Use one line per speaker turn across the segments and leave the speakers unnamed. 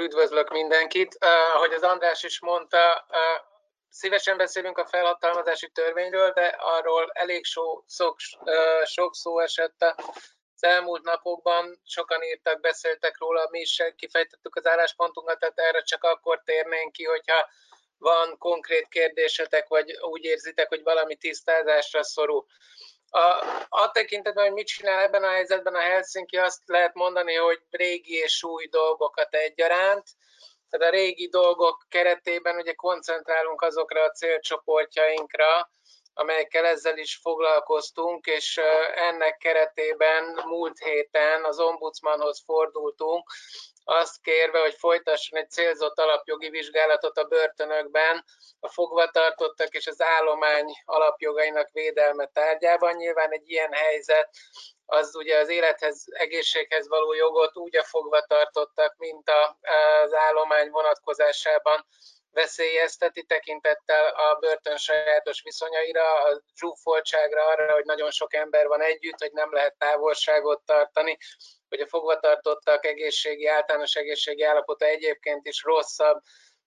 üdvözlök mindenkit. Ahogy az András is mondta, szívesen beszélünk a felhatalmazási törvényről, de arról elég sok szó esett az elmúlt napokban. Sokan írtak, beszéltek róla, mi is kifejtettük az álláspontunkat, tehát erre csak akkor térnénk ki, hogyha van konkrét kérdésetek, vagy úgy érzitek, hogy valami tisztázásra szorul. A tekintetben, hogy mit csinál ebben a helyzetben a Helsinki, azt lehet mondani, hogy régi és új dolgokat egyaránt. Tehát a régi dolgok keretében ugye koncentrálunk azokra a célcsoportjainkra, amelyekkel ezzel is foglalkoztunk, és ennek keretében múlt héten az ombudsmanhoz fordultunk, azt kérve, hogy folytasson egy célzott alapjogi vizsgálatot a börtönökben a fogvatartottak és az állomány alapjogainak védelme tárgyában. Nyilván egy ilyen helyzet az ugye az élethez, egészséghez való jogot úgy a fogvatartottak, mint az állomány vonatkozásában veszélyezteti, tekintettel a börtön sajátos viszonyaira, a zsúfoltságra, arra, hogy nagyon sok ember van együtt, hogy nem lehet távolságot tartani, hogy a fogvatartottak általános egészségi állapota egyébként is rosszabb,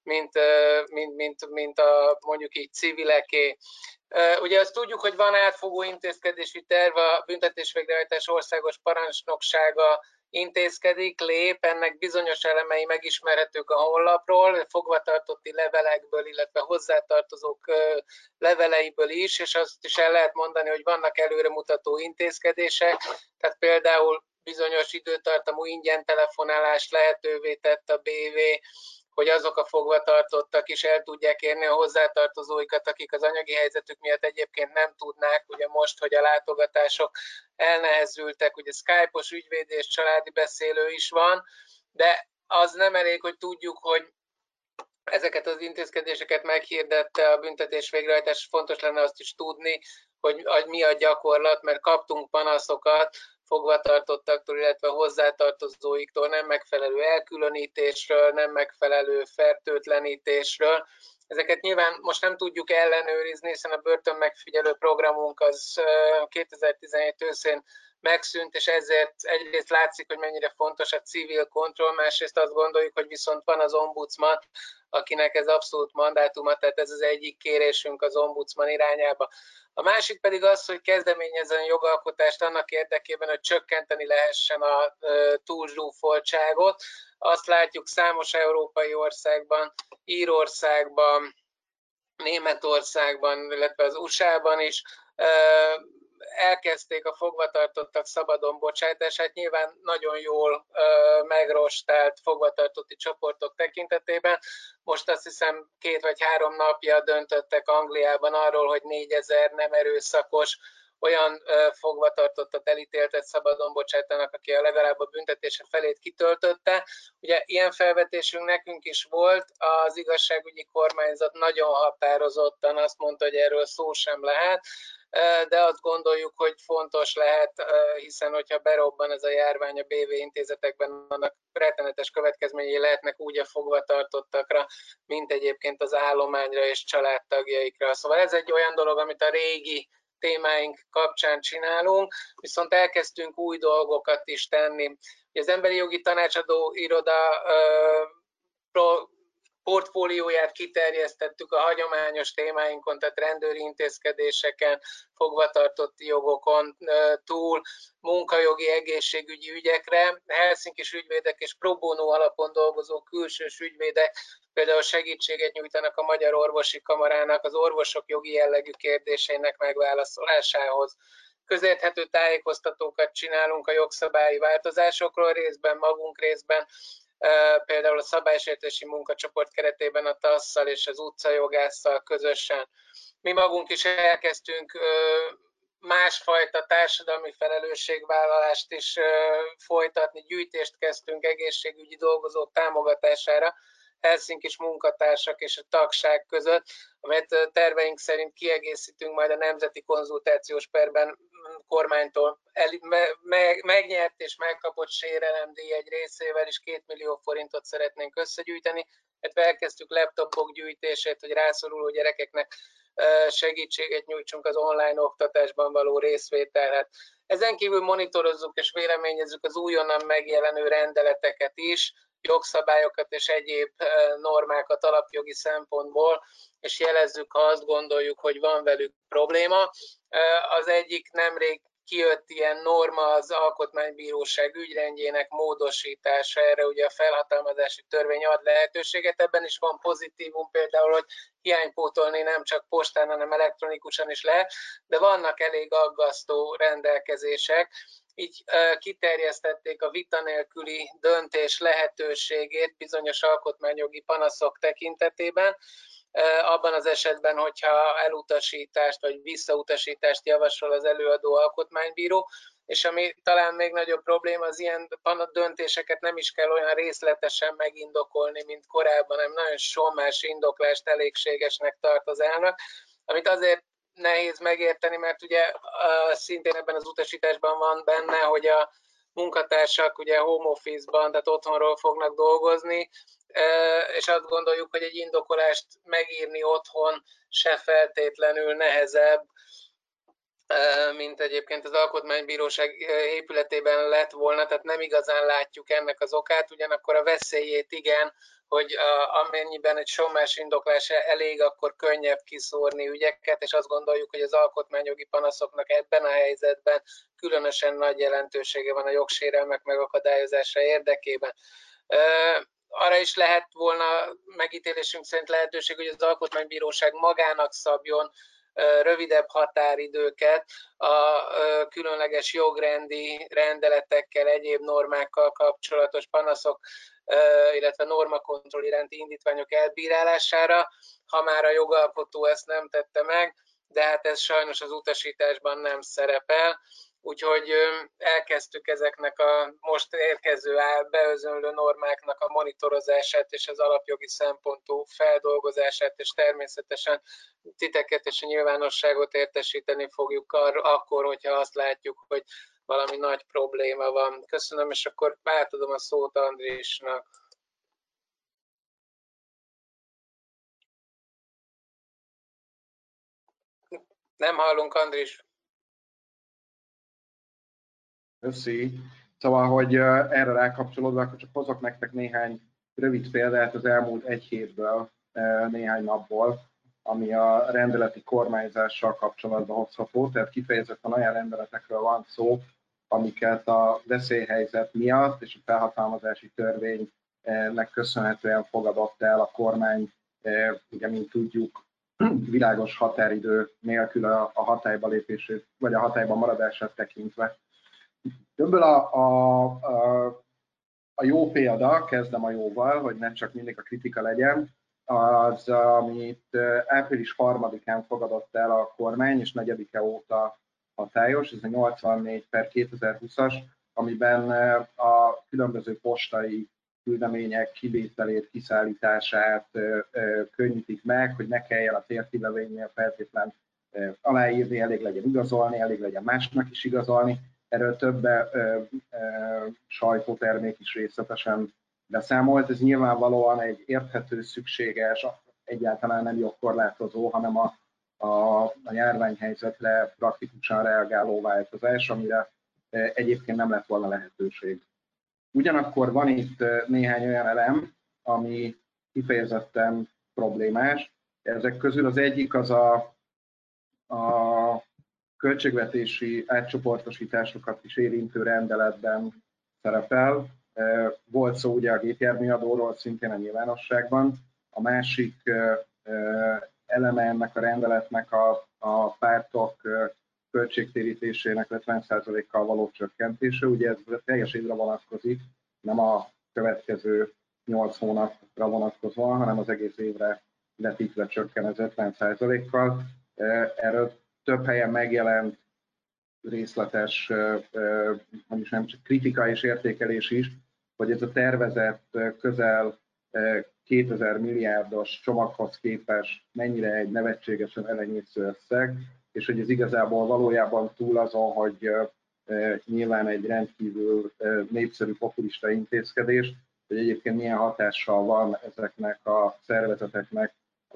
mint a mondjuk így civileké. Ugye azt tudjuk, hogy van átfogó intézkedési terv, a büntetésvégrehajtás országos parancsnoksága intézkedik, lép, ennek bizonyos elemei megismerhetők a honlapról, fogvatartotti levelekből, illetve hozzátartozók leveleiből is, és azt is el lehet mondani, hogy vannak előremutató intézkedések, tehát például bizonyos időtartamú ingyen telefonálást lehetővé tett a BV, hogy azok a fogvatartottak is el tudják érni a hozzátartozóikat, akik az anyagi helyzetük miatt egyébként nem tudnák, ugye most, hogy a látogatások elnehezültek, ugye Skype-os ügyvéd és családi beszélő is van, de az nem elég, hogy tudjuk, hogy ezeket az intézkedéseket meghirdette a büntetés végrehajtás, fontos lenne azt is tudni, hogy mi a gyakorlat, mert kaptunk panaszokat fogvatartottaktól, illetve hozzátartozóiktól nem megfelelő elkülönítésről, nem megfelelő fertőtlenítésről. Ezeket nyilván most nem tudjuk ellenőrizni, hiszen a börtönmegfigyelő programunk az 2017 őszén megszűnt, és ezért egyrészt látszik, hogy mennyire fontos a civil kontroll, másrészt azt gondoljuk, hogy viszont van az ombudsman, akinek ez abszolút mandátuma, tehát ez az egyik kérésünk az ombudsman irányába. A másik pedig az, hogy kezdeményezzen jogalkotást annak érdekében, hogy csökkenteni lehessen a túlzsúfoltságot. Azt látjuk számos európai országban, Írországban, Németországban, illetve az USA-ban is elkezdték a fogvatartottak szabadon bocsátását, nyilván nagyon jól megrostált fogvatartotti csoportok tekintetében. Most azt hiszem 2 vagy 3 napja döntöttek Angliában arról, hogy 4000 nem erőszakos olyan fogvatartottat elítéltet szabadon bocsátanak, aki legalább a büntetése felét kitöltötte. Ugye ilyen felvetésünk nekünk is volt, az igazságügyi kormányzat nagyon határozottan azt mondta, hogy erről szó sem lehet, de azt gondoljuk, hogy fontos lehet, hiszen hogyha berobban ez a járvány a BV intézetekben, annak rettenetes következményei lehetnek úgy a fogvatartottakra, mint egyébként az állományra és családtagjaikra. Szóval ez egy olyan dolog, amit a régi témáink kapcsán csinálunk, viszont elkezdtünk új dolgokat is tenni. Az Emberi Jogi Tanácsadó Iroda portfólióját kiterjesztettük a hagyományos témáinkon, tehát rendőri intézkedéseken, fogvatartotti jogokon túl, munkajogi, egészségügyi ügyekre. Helsinkis ügyvédek és pro bono alapon dolgozó külsős ügyvédek például segítséget nyújtanak a Magyar Orvosi Kamarának az orvosok jogi jellegű kérdéseinek megválaszolásához. Közérthető tájékoztatókat csinálunk a jogszabályi változásokról, részben magunk, részben például a szabálysértési munkacsoport keretében a TASZ-szal és az utcajogásszal közösen. Mi magunk is elkezdtünk másfajta társadalmi felelősségvállalást is folytatni, gyűjtést kezdtünk egészségügyi dolgozók támogatására, Helsinkis munkatársak és a tagság között, amelyet terveink szerint kiegészítünk majd a Nemzeti Konzultációs Perben kormánytól megnyert és megkapott sérelemdíj egy részével is 2 millió forintot szeretnénk összegyűjteni, illetve elkezdtük laptopok gyűjtését, hogy rászoruló gyerekeknek segítséget nyújtsunk az online oktatásban való részvételhez. Ezen kívül monitorozzuk és véleményezzük az újonnan megjelenő rendeleteket is, jogszabályokat és egyéb normákat alapjogi szempontból, és jelezzük, ha azt gondoljuk, hogy van velük probléma. Az egyik nemrég kijött ilyen norma az Alkotmánybíróság ügyrendjének módosítása, erre ugye a felhatalmazási törvény ad lehetőséget, ebben is van pozitívum, például, hogy hiánypótolni nem csak postán, hanem elektronikusan is lehet, de vannak elég aggasztó rendelkezések, így kiterjesztették a vita nélküli döntés lehetőségét bizonyos alkotmányjogi panaszok tekintetében, abban az esetben, hogyha elutasítást vagy visszautasítást javasol az előadó alkotmánybíró, és ami talán még nagyobb probléma, az ilyen döntéseket nem is kell olyan részletesen megindokolni, mint korábban, hanem nagyon sommás indoklást elégségesnek tart az elnök, amit azért nehéz megérteni, mert ugye szintén ebben az utasításban van benne, hogy a munkatársak ugye home office-ban, tehát otthonról fognak dolgozni, és azt gondoljuk, hogy egy indokolást megírni otthon se feltétlenül nehezebb, mint egyébként az Alkotmánybíróság épületében lett volna, tehát nem igazán látjuk ennek az okát, ugyanakkor a veszélyét igen, hogy amennyiben egy sommás indoklás elég, akkor könnyebb kiszórni ügyeket, és azt gondoljuk, hogy az alkotmányjogi panaszoknak ebben a helyzetben különösen nagy jelentősége van a jogsérelmek megakadályozása érdekében. Arra is lehet volna megítélésünk szerint lehetőség, hogy az Alkotmánybíróság magának szabjon rövidebb határidőket a különleges jogrendi rendeletekkel, egyéb normákkal kapcsolatos panaszok, illetve normakontroll iránti indítványok elbírálására, ha már a jogalkotó ezt nem tette meg, de hát ez sajnos az utasításban nem szerepel. Úgyhogy elkezdtük ezeknek a most érkező beözönlő normáknak a monitorozását és az alapjogi szempontú feldolgozását, és természetesen titeket és a nyilvánosságot értesíteni fogjuk akkor, hogyha azt látjuk, hogy valami nagy probléma van. Köszönöm, és akkor átadom a szót Andrisnak. Nem hallunk, Andris.
Köszi. Szóval, hogy erre rákapcsolódva, akkor csak hozok nektek néhány rövid példát az elmúlt egy hétből, néhány napból, ami a rendeleti kormányzással kapcsolatban hozható. Tehát kifejezetten olyan rendeletekről van szó, amiket a veszélyhelyzet miatt és a felhatalmazási törvénynek köszönhetően fogadott el a kormány, ugye, mint tudjuk, világos határidő nélkül a hatályba lépését, vagy a hatályban maradását tekintve. Ebből a jó példa, kezdem a jóval, hogy nem csak mindig a kritika legyen, az, amit április 3-án fogadott el a kormány, és 4-e óta hatályos, ez a 84/2020-as, amiben a különböző postai küldemények kivételét, kiszállítását könnyítik meg, hogy ne kelljen a térkilövénynél feltétlen aláírni, elég legyen igazolni, elég legyen másnak is igazolni. Erről több sajtótermék is részletesen beszámolt. Ez nyilvánvalóan egy érthető, szükséges, egyáltalán nem jogkorlátozó, hanem a járványhelyzetre praktikusan reagáló változás, amire egyébként nem lett volna lehetőség. Ugyanakkor van itt néhány olyan elem, ami kifejezetten problémás. Ezek közül az egyik az a költségvetési átcsoportosításokat is érintő rendeletben szerepel. Volt szó ugye a gépjárműadóról, szintén a nyilvánosságban. A másik eleme ennek a rendeletnek a pártok költségtérítésének 50%-kal való csökkentése. Ugye ez teljes évre vonatkozik, nem a következő 8 hónapra vonatkozóan, hanem az egész évre vetítve csökken ez 50%-kal. Erről több helyen megjelent részletes, vagyis nem csak kritika és értékelés is, hogy ez a tervezett közel 2000 milliárdos csomaghoz képest mennyire egy nevetségesen elenyésző összeg, és hogy ez igazából valójában túl azon, hogy nyilván egy rendkívül népszerű populista intézkedés, hogy egyébként milyen hatással van ezeknek a szervezeteknek a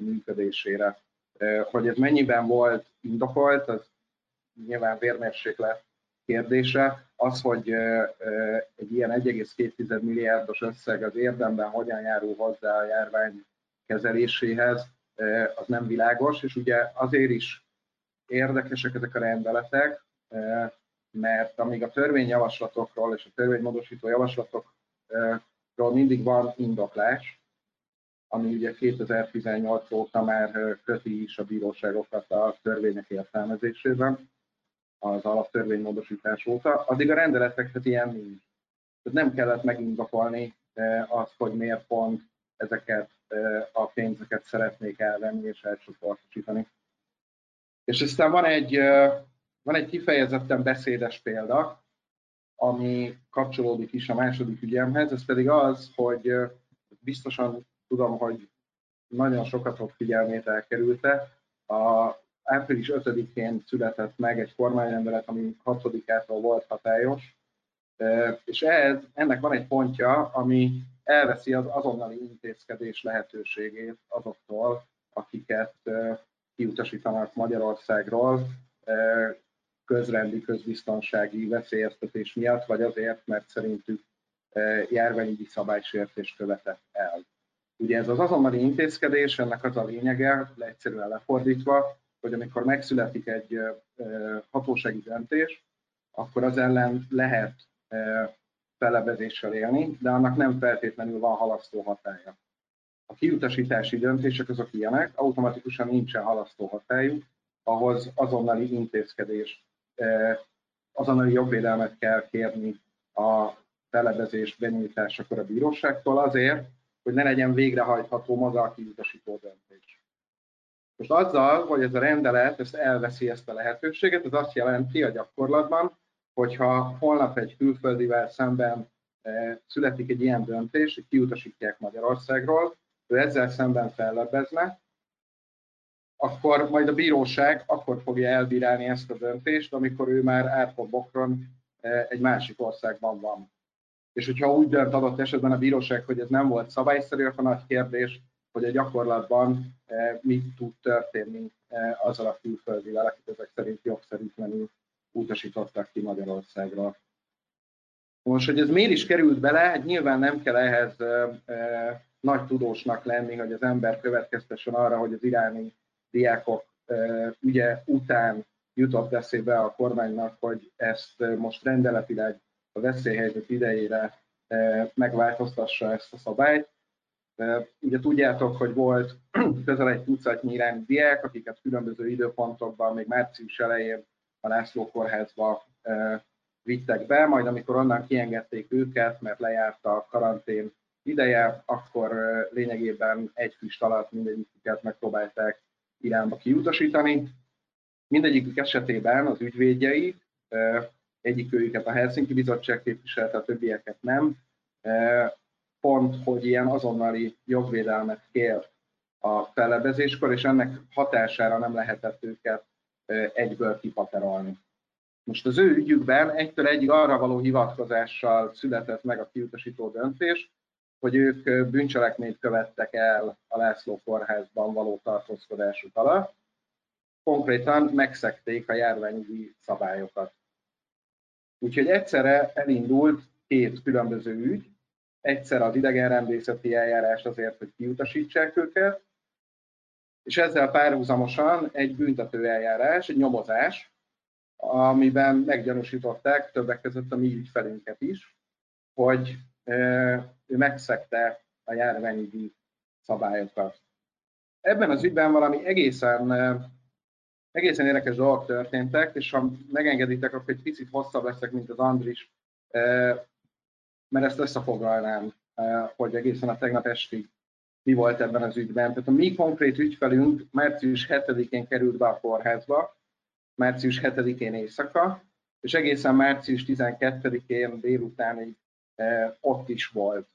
működésére. Hogy ez mennyiben volt indokolt, az nyilván vérmérséklet kérdése. Az, hogy egy ilyen 1,2 milliárdos összeg az érdemben hogyan járul hozzá a járvány kezeléséhez, az nem világos, és ugye azért is érdekesek ezek a rendeletek, mert amíg a törvényjavaslatokról és a törvénymódosító javaslatokról mindig van indoklás, ami ugye 2018 óta már köti is a bíróságokat a törvények értelmezésében, az alaptörvénymódosítás óta, addig a rendeletekhez ilyen nincs. Tehát nem kellett megindokolni azt, hogy miért pont ezeket a pénzeket szeretnék elvenni és elcsoportosítani. És aztán van egy kifejezetten beszédes példa, ami kapcsolódik is a második ügyemhez, ez pedig az, hogy biztosan tudom, hogy nagyon sokatok figyelmét elkerülte. Április 5-én született meg egy kormányrendelet, ami 6-ától volt hatályos, és ennek van egy pontja, ami elveszi az azonnali intézkedés lehetőségét azoktól, akiket kiutasítanak Magyarországról közrendi, közbiztonsági veszélyeztetés miatt, vagy azért, mert szerintük járványügyi szabálysértést követett el. Ugye ez az azonnali intézkedés, ennek az a lényege, egyszerűen lefordítva, hogy amikor megszületik egy hatósági döntés, akkor az ellen lehet fellebezéssel élni, de annak nem feltétlenül van halasztó hatálya. A kiutasítási döntések azok ilyenek, automatikusan nincsen halasztó hatályuk, ahhoz azonnali intézkedés, azonnali jogvédelmet kell kérni a fellebezés benyújtásakor a bíróságtól azért, hogy ne legyen végrehajtható maga a kiutasító döntés. Most azzal, hogy ez a rendelet ezt elveszi ezt a lehetőséget, ez azt jelenti a gyakorlatban, hogyha holnap egy külföldivel szemben születik egy ilyen döntés, hogy kiutasítják Magyarországról, ő ezzel szemben fellebezne, akkor majd a bíróság akkor fogja elbírálni ezt a döntést, amikor ő már átfogokron egy másik országban van. És hogyha úgy dönt adott esetben a bíróság, hogy ez nem volt szabályszerű, akkor nagy kérdés, hogy a gyakorlatban mit tud történni azzal a külföldivel, akit ezek szerint jogszerűtlenül utasítottak ki Magyarországról. Most, hogy ez miért is került bele, hát nyilván nem kell ehhez nagy tudósnak lenni, hogy az ember következtessen arra, hogy az iráni diákok ügye után jutott eszébe a kormánynak, hogy ezt most rendeletileg a veszélyhelyzet idejére megváltoztassa ezt a szabályt. Ugye tudjátok, hogy volt közel egy tucatnyi iráni diák, akiket különböző időpontokban, még március elején a László kórházba vittek be, majd amikor onnan kiengedték őket, mert lejárt a karantén ideje, akkor lényegében egy füst alatt mindegyiket megpróbálták Iránba kiutasítani. Mindegyikük esetében az ügyvédjei, egyik őket a Helsinki Bizottság képviselte, a többieket nem, pont, hogy ilyen azonnali jogvédelmet kér a fellebezéskor, és ennek hatására nem lehetett őket egyből kipaterolni. Most az ő ügyükben egytől egyig arra való hivatkozással született meg a kiutasító döntés, hogy ők bűncselekményt követtek el a László kórházban való tartózkodásuk alatt, konkrétan megszegték a járványügyi szabályokat. Úgyhogy egyszerre elindult két különböző ügy, egyszer az idegenrendészeti eljárás azért, hogy kiutasítsák őket, és ezzel párhuzamosan egy büntető eljárás, egy nyomozás, amiben meggyanúsították többek között a mi ügyfelünket is, hogy ő megszegte a járványügyi szabályokat. Ebben az ügyben valami egészen érdekes dolgok történtek, és ha megengeditek, akkor egy picit hosszabb leszek, mint az Andris, mert ezt összefoglalnám, hogy egészen a tegnap estig mi volt ebben az ügyben. Tehát a mi konkrét ügyfelünk március 7-én került be a kórházba, március 7-én éjszaka, és egészen március 12-én délutánig ott is volt.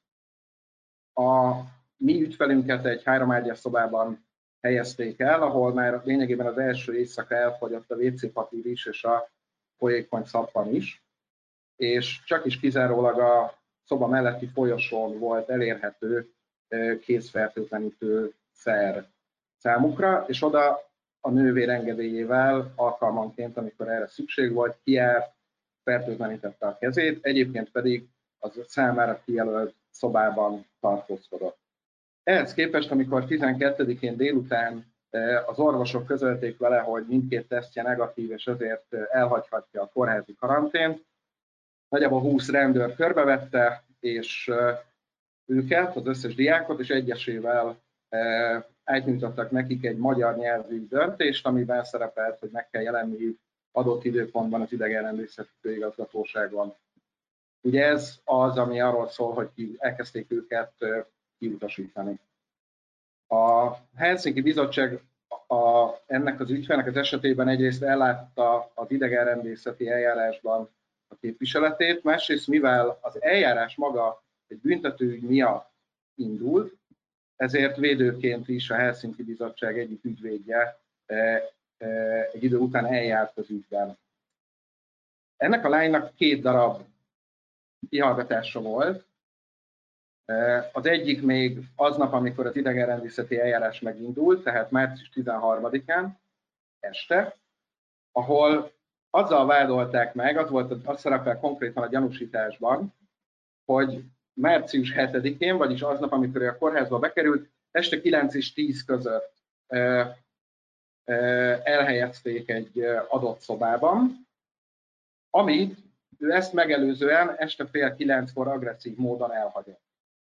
A mi ügyfelünket egy 3 ágyas szobában helyezték el, ahol már lényegében az első éjszaka elfogyott a WC papír is, és a folyékony szappan is, és csak is kizárólag a szoba melletti folyosón volt elérhető kézfertőtlenítő szer számukra, és oda a nővér engedélyével alkalmanként, amikor erre szükség volt, kijárt, fertőtlenítette a kezét, egyébként pedig az számára kijelölt szobában tartózkodott. Ehhez képest, amikor 12-én délután az orvosok közölték vele, hogy mindkét tesztje negatív, és ezért elhagyhatja a kórházi karantént, nagyjából 20 rendőr körbevette, és őket, az összes diákot, és egyesével átnyújtottak nekik egy magyar nyelvű döntést, amiben szerepelt, hogy meg kell jelenniük adott időpontban az idegenrendészeti főigazgatóságon. Ugye ez az, ami arról szól, hogy elkezdték őket kiutasítani. A Helsinki Bizottság ennek az ügyfélnek az esetében egyrészt ellátta az idegenrendészeti eljárásban a képviseletét, másrészt mivel az eljárás maga egy büntetőügy miatt indult, ezért védőként is a Helsinki Bizottság egyik ügyvédje egy idő után eljárt az ügyben. Ennek a lánynak 2 darab kihallgatása volt. Az egyik még aznap, amikor az idegenrendészeti eljárás megindult, tehát március 13-án este, ahol azzal vádolták meg, az szerepel konkrétan a gyanúsításban, hogy március 7-én, vagyis aznap, amikor a kórházba bekerült, este 9 és 10 között elhelyezték egy adott szobában, amit ő ezt megelőzően este fél 9-kor agresszív módon elhagyott.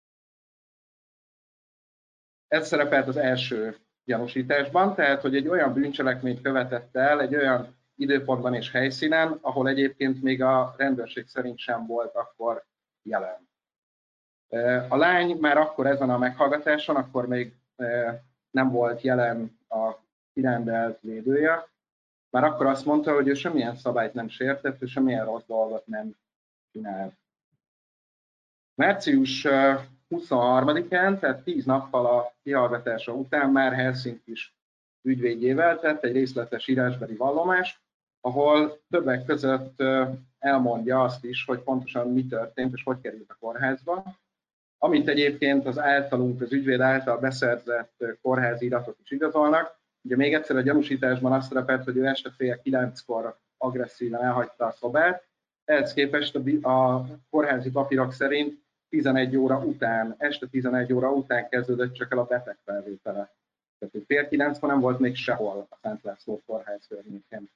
Ez szerepelt az első gyanúsításban, tehát hogy egy olyan bűncselekményt követett el egy olyan időpontban és helyszínen, ahol egyébként még a rendőrség szerint sem volt akkor jelen. A lány már akkor ezen a meghallgatáson, akkor még nem volt jelen a kirendelt védője, már akkor azt mondta, hogy ő semmilyen szabályt nem sértett, ő semmilyen rossz dolgot nem csinált. Március 23-án, tehát 10 nappal a kihallgatása után már Helsinkis ügyvédjével tett egy részletes írásbeli vallomást, ahol többek között elmondja azt is, hogy pontosan mi történt és hogy került a kórházba, amit egyébként az ügyvéd által beszerzett kórházi iratok is igazolnak. Ugye még egyszer a gyanúsításban azt szerepelt, hogy ő este fél 9-kor agresszíven elhagyta a szobát, ehhez képest a kórházi papírok szerint 11 óra után, este 11 óra után kezdődött csak el a betegfelvétele. Tehát, hogy fél 9-kor nem volt még sehol a Szent László kórház környékén.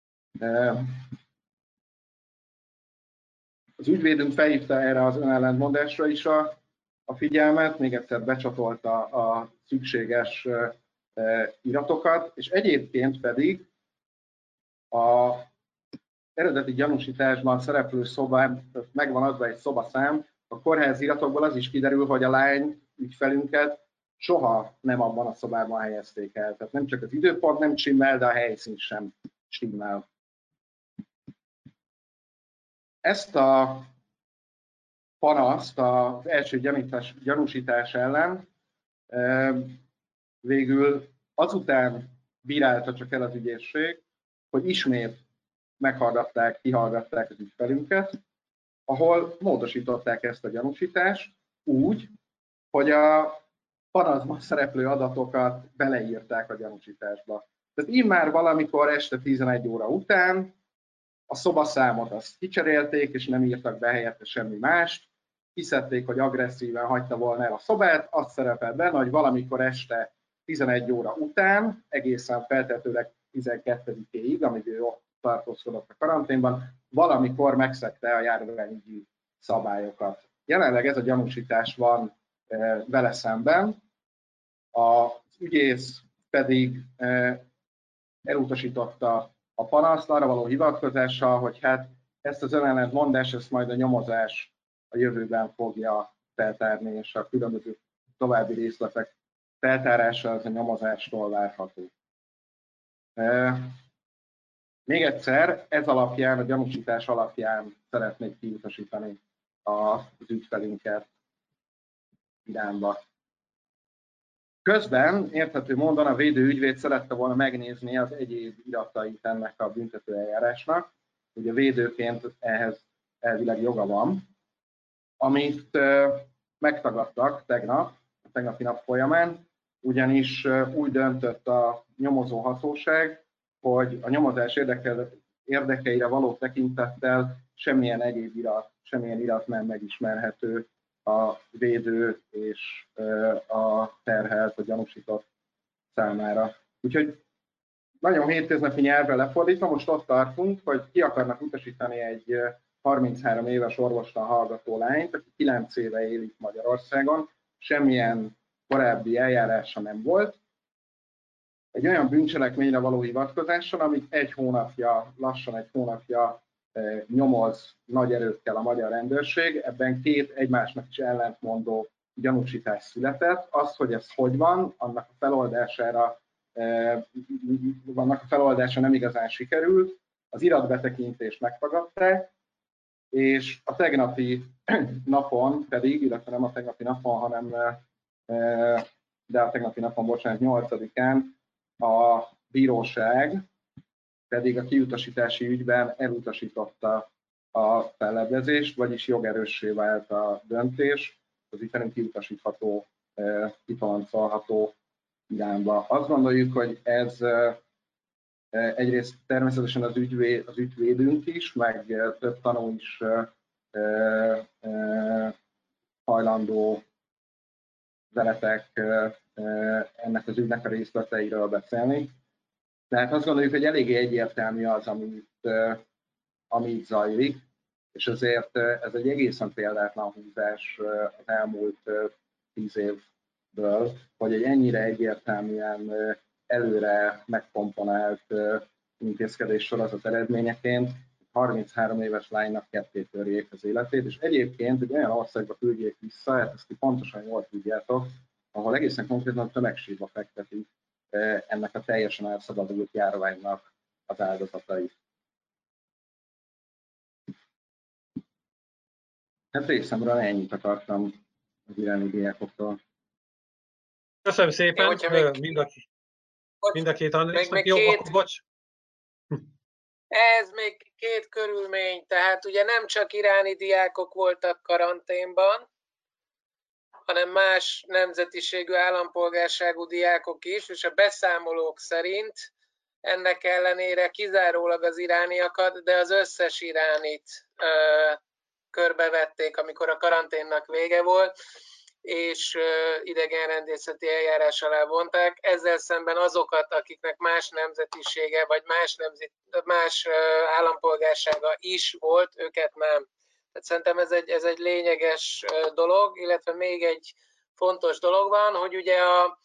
Az ügyvédünk felhívta erre az önellentmondásra is a figyelmet, még egyszer becsatolta a szükséges iratokat, és egyébként pedig a eredeti gyanúsításban szereplő szobán megvan adva egy szobaszám, a kórházi iratokból az is kiderül, hogy a lány ügyfelünket soha nem abban a szobában helyezték el. Tehát nem csak az időpont nem stimmel, de a helyszín sem stimmel. Ezt a panaszt az első gyanúsítás ellen végül azután bírálta csak el az ügyészség, hogy ismét kihallgatták az ügyfelünket, ahol módosították ezt a gyanúsítást úgy, hogy a panaszban szereplő adatokat beleírták a gyanúsításba. Tehát immár valamikor este 11 óra után a szobaszámot azt kicserélték, és nem írtak be helyette semmi mást, hiszedték, hogy agresszíven hagyta volna el a szobát, azt szerepel benne, hogy valamikor este 11 óra után, egészen feltetőleg 12-ig, amíg ő ott tartózkodott a karanténban, valamikor megszegte a járványügyi szabályokat. Jelenleg ez a gyanúsítás van vele szemben, az ügyész pedig elutasította a panaszt arra való hivatkozással, hogy hát ezt az önellentmondást, ezt majd a nyomozás a jövőben fogja feltárni, és a különböző további részletek feltárása az a nyomozástól várható. Még egyszer, ez alapján, a gyanúsítás alapján szeretnék kiutasítani az ügyfelünket Iránba. Közben, érthető módon a védőügyvéd szerette volna megnézni az egyéb iratait ennek a büntetőeljárásnak. Ugye védőként ehhez elvileg joga van, amit megtagadtak a tegnapi nap folyamán, ugyanis úgy döntött a nyomozó hatóság, hogy a nyomozás érdekeire való tekintettel semmilyen egyéb irat, semmilyen irat nem megismerhető a védő és a terhelt, a gyanúsított számára. Úgyhogy nagyon hétköznapi nyelvre lefordítva, most ott tartunk, hogy ki akarnak utasítani egy 33 éves orvostan hallgató lányt, aki 9 éve él itt Magyarországon, semmilyen korábbi eljárása nem volt, egy olyan bűncselekményre való hivatkozással, amit lassan egy hónapja nyomoz nagy erőkkel a magyar rendőrség, ebben két egymásnak is ellentmondó gyanúsítás született. Az, hogy ez hogy van, annak a feloldása nem igazán sikerült, az iratbetekintést megtagadták, és a tegnapi napon pedig, illetve nem a tegnapi napon, hanem de a tegnapi napon, bocsánat, 8-án a bíróság pedig a kiutasítási ügyben elutasította a fellebbezést, vagyis jogerőssé vált a döntés, az itteni kiutasítható, kitoloncolható irányba. Azt gondoljuk, hogy ez egyrészt természetesen az ügyvédünk is, meg több tanú is hajlandó veletek ennek az ügynek a részleteiről beszélni. Tehát azt gondoljuk, hogy eléggé egyértelmű az, amit zajlik, és ezért ez egy egészen példátlan húzás az elmúlt 10 évből, hogy egy ennyire egyértelműen előre megkomponált intézkedés sorozat eredményeként 33 éves lánynak ketté törjék az életét, és egyébként egy olyan országba küldjék vissza, hát ezt pontosan jól tudjátok, ahol egészen konkrétan tömegsírba fektetik ennek a teljesen elszabadult járványnak az áldozatait. Hát részemről ennyit akartam az iráni diákoktól.
Köszönöm szépen mind a két Andrásnak. Jó, akkor bocs.
Ez még két körülmény, tehát ugye nem csak iráni diákok voltak karanténban, hanem más nemzetiségű állampolgárságú diákok is, és a beszámolók szerint ennek ellenére kizárólag az irániakat, de az összes iránit körbevették, amikor a karanténnak vége volt, és idegenrendészeti eljárás alá vonták. Ezzel szemben azokat, akiknek más nemzetisége, vagy más állampolgársága is volt, őket nem. Tehát szerintem ez egy lényeges dolog, illetve még egy fontos dolog van, hogy ugye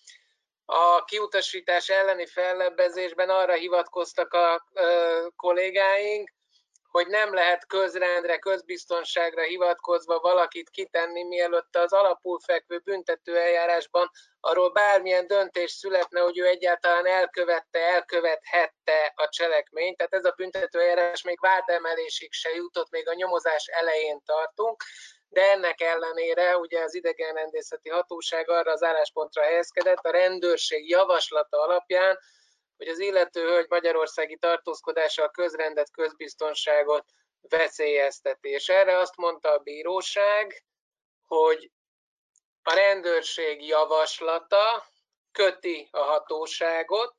a kiutasítás elleni fellebbezésben arra hivatkoztak a kollégáink, hogy nem lehet közrendre, közbiztonságra hivatkozva valakit kitenni, mielőtt az alapul fekvő büntetőeljárásban arról bármilyen döntés születne, hogy ő egyáltalán elkövethette a cselekményt. Tehát ez a büntetőeljárás még vádemelésig se jutott, még a nyomozás elején tartunk, de ennek ellenére ugye az idegenrendészeti hatóság arra az álláspontra helyezkedett a rendőrség javaslata alapján, hogy az illető hölgy magyarországi tartózkodása a közrendet, közbiztonságot veszélyezteti. És erre azt mondta a bíróság, hogy a rendőrség javaslata köti a hatóságot,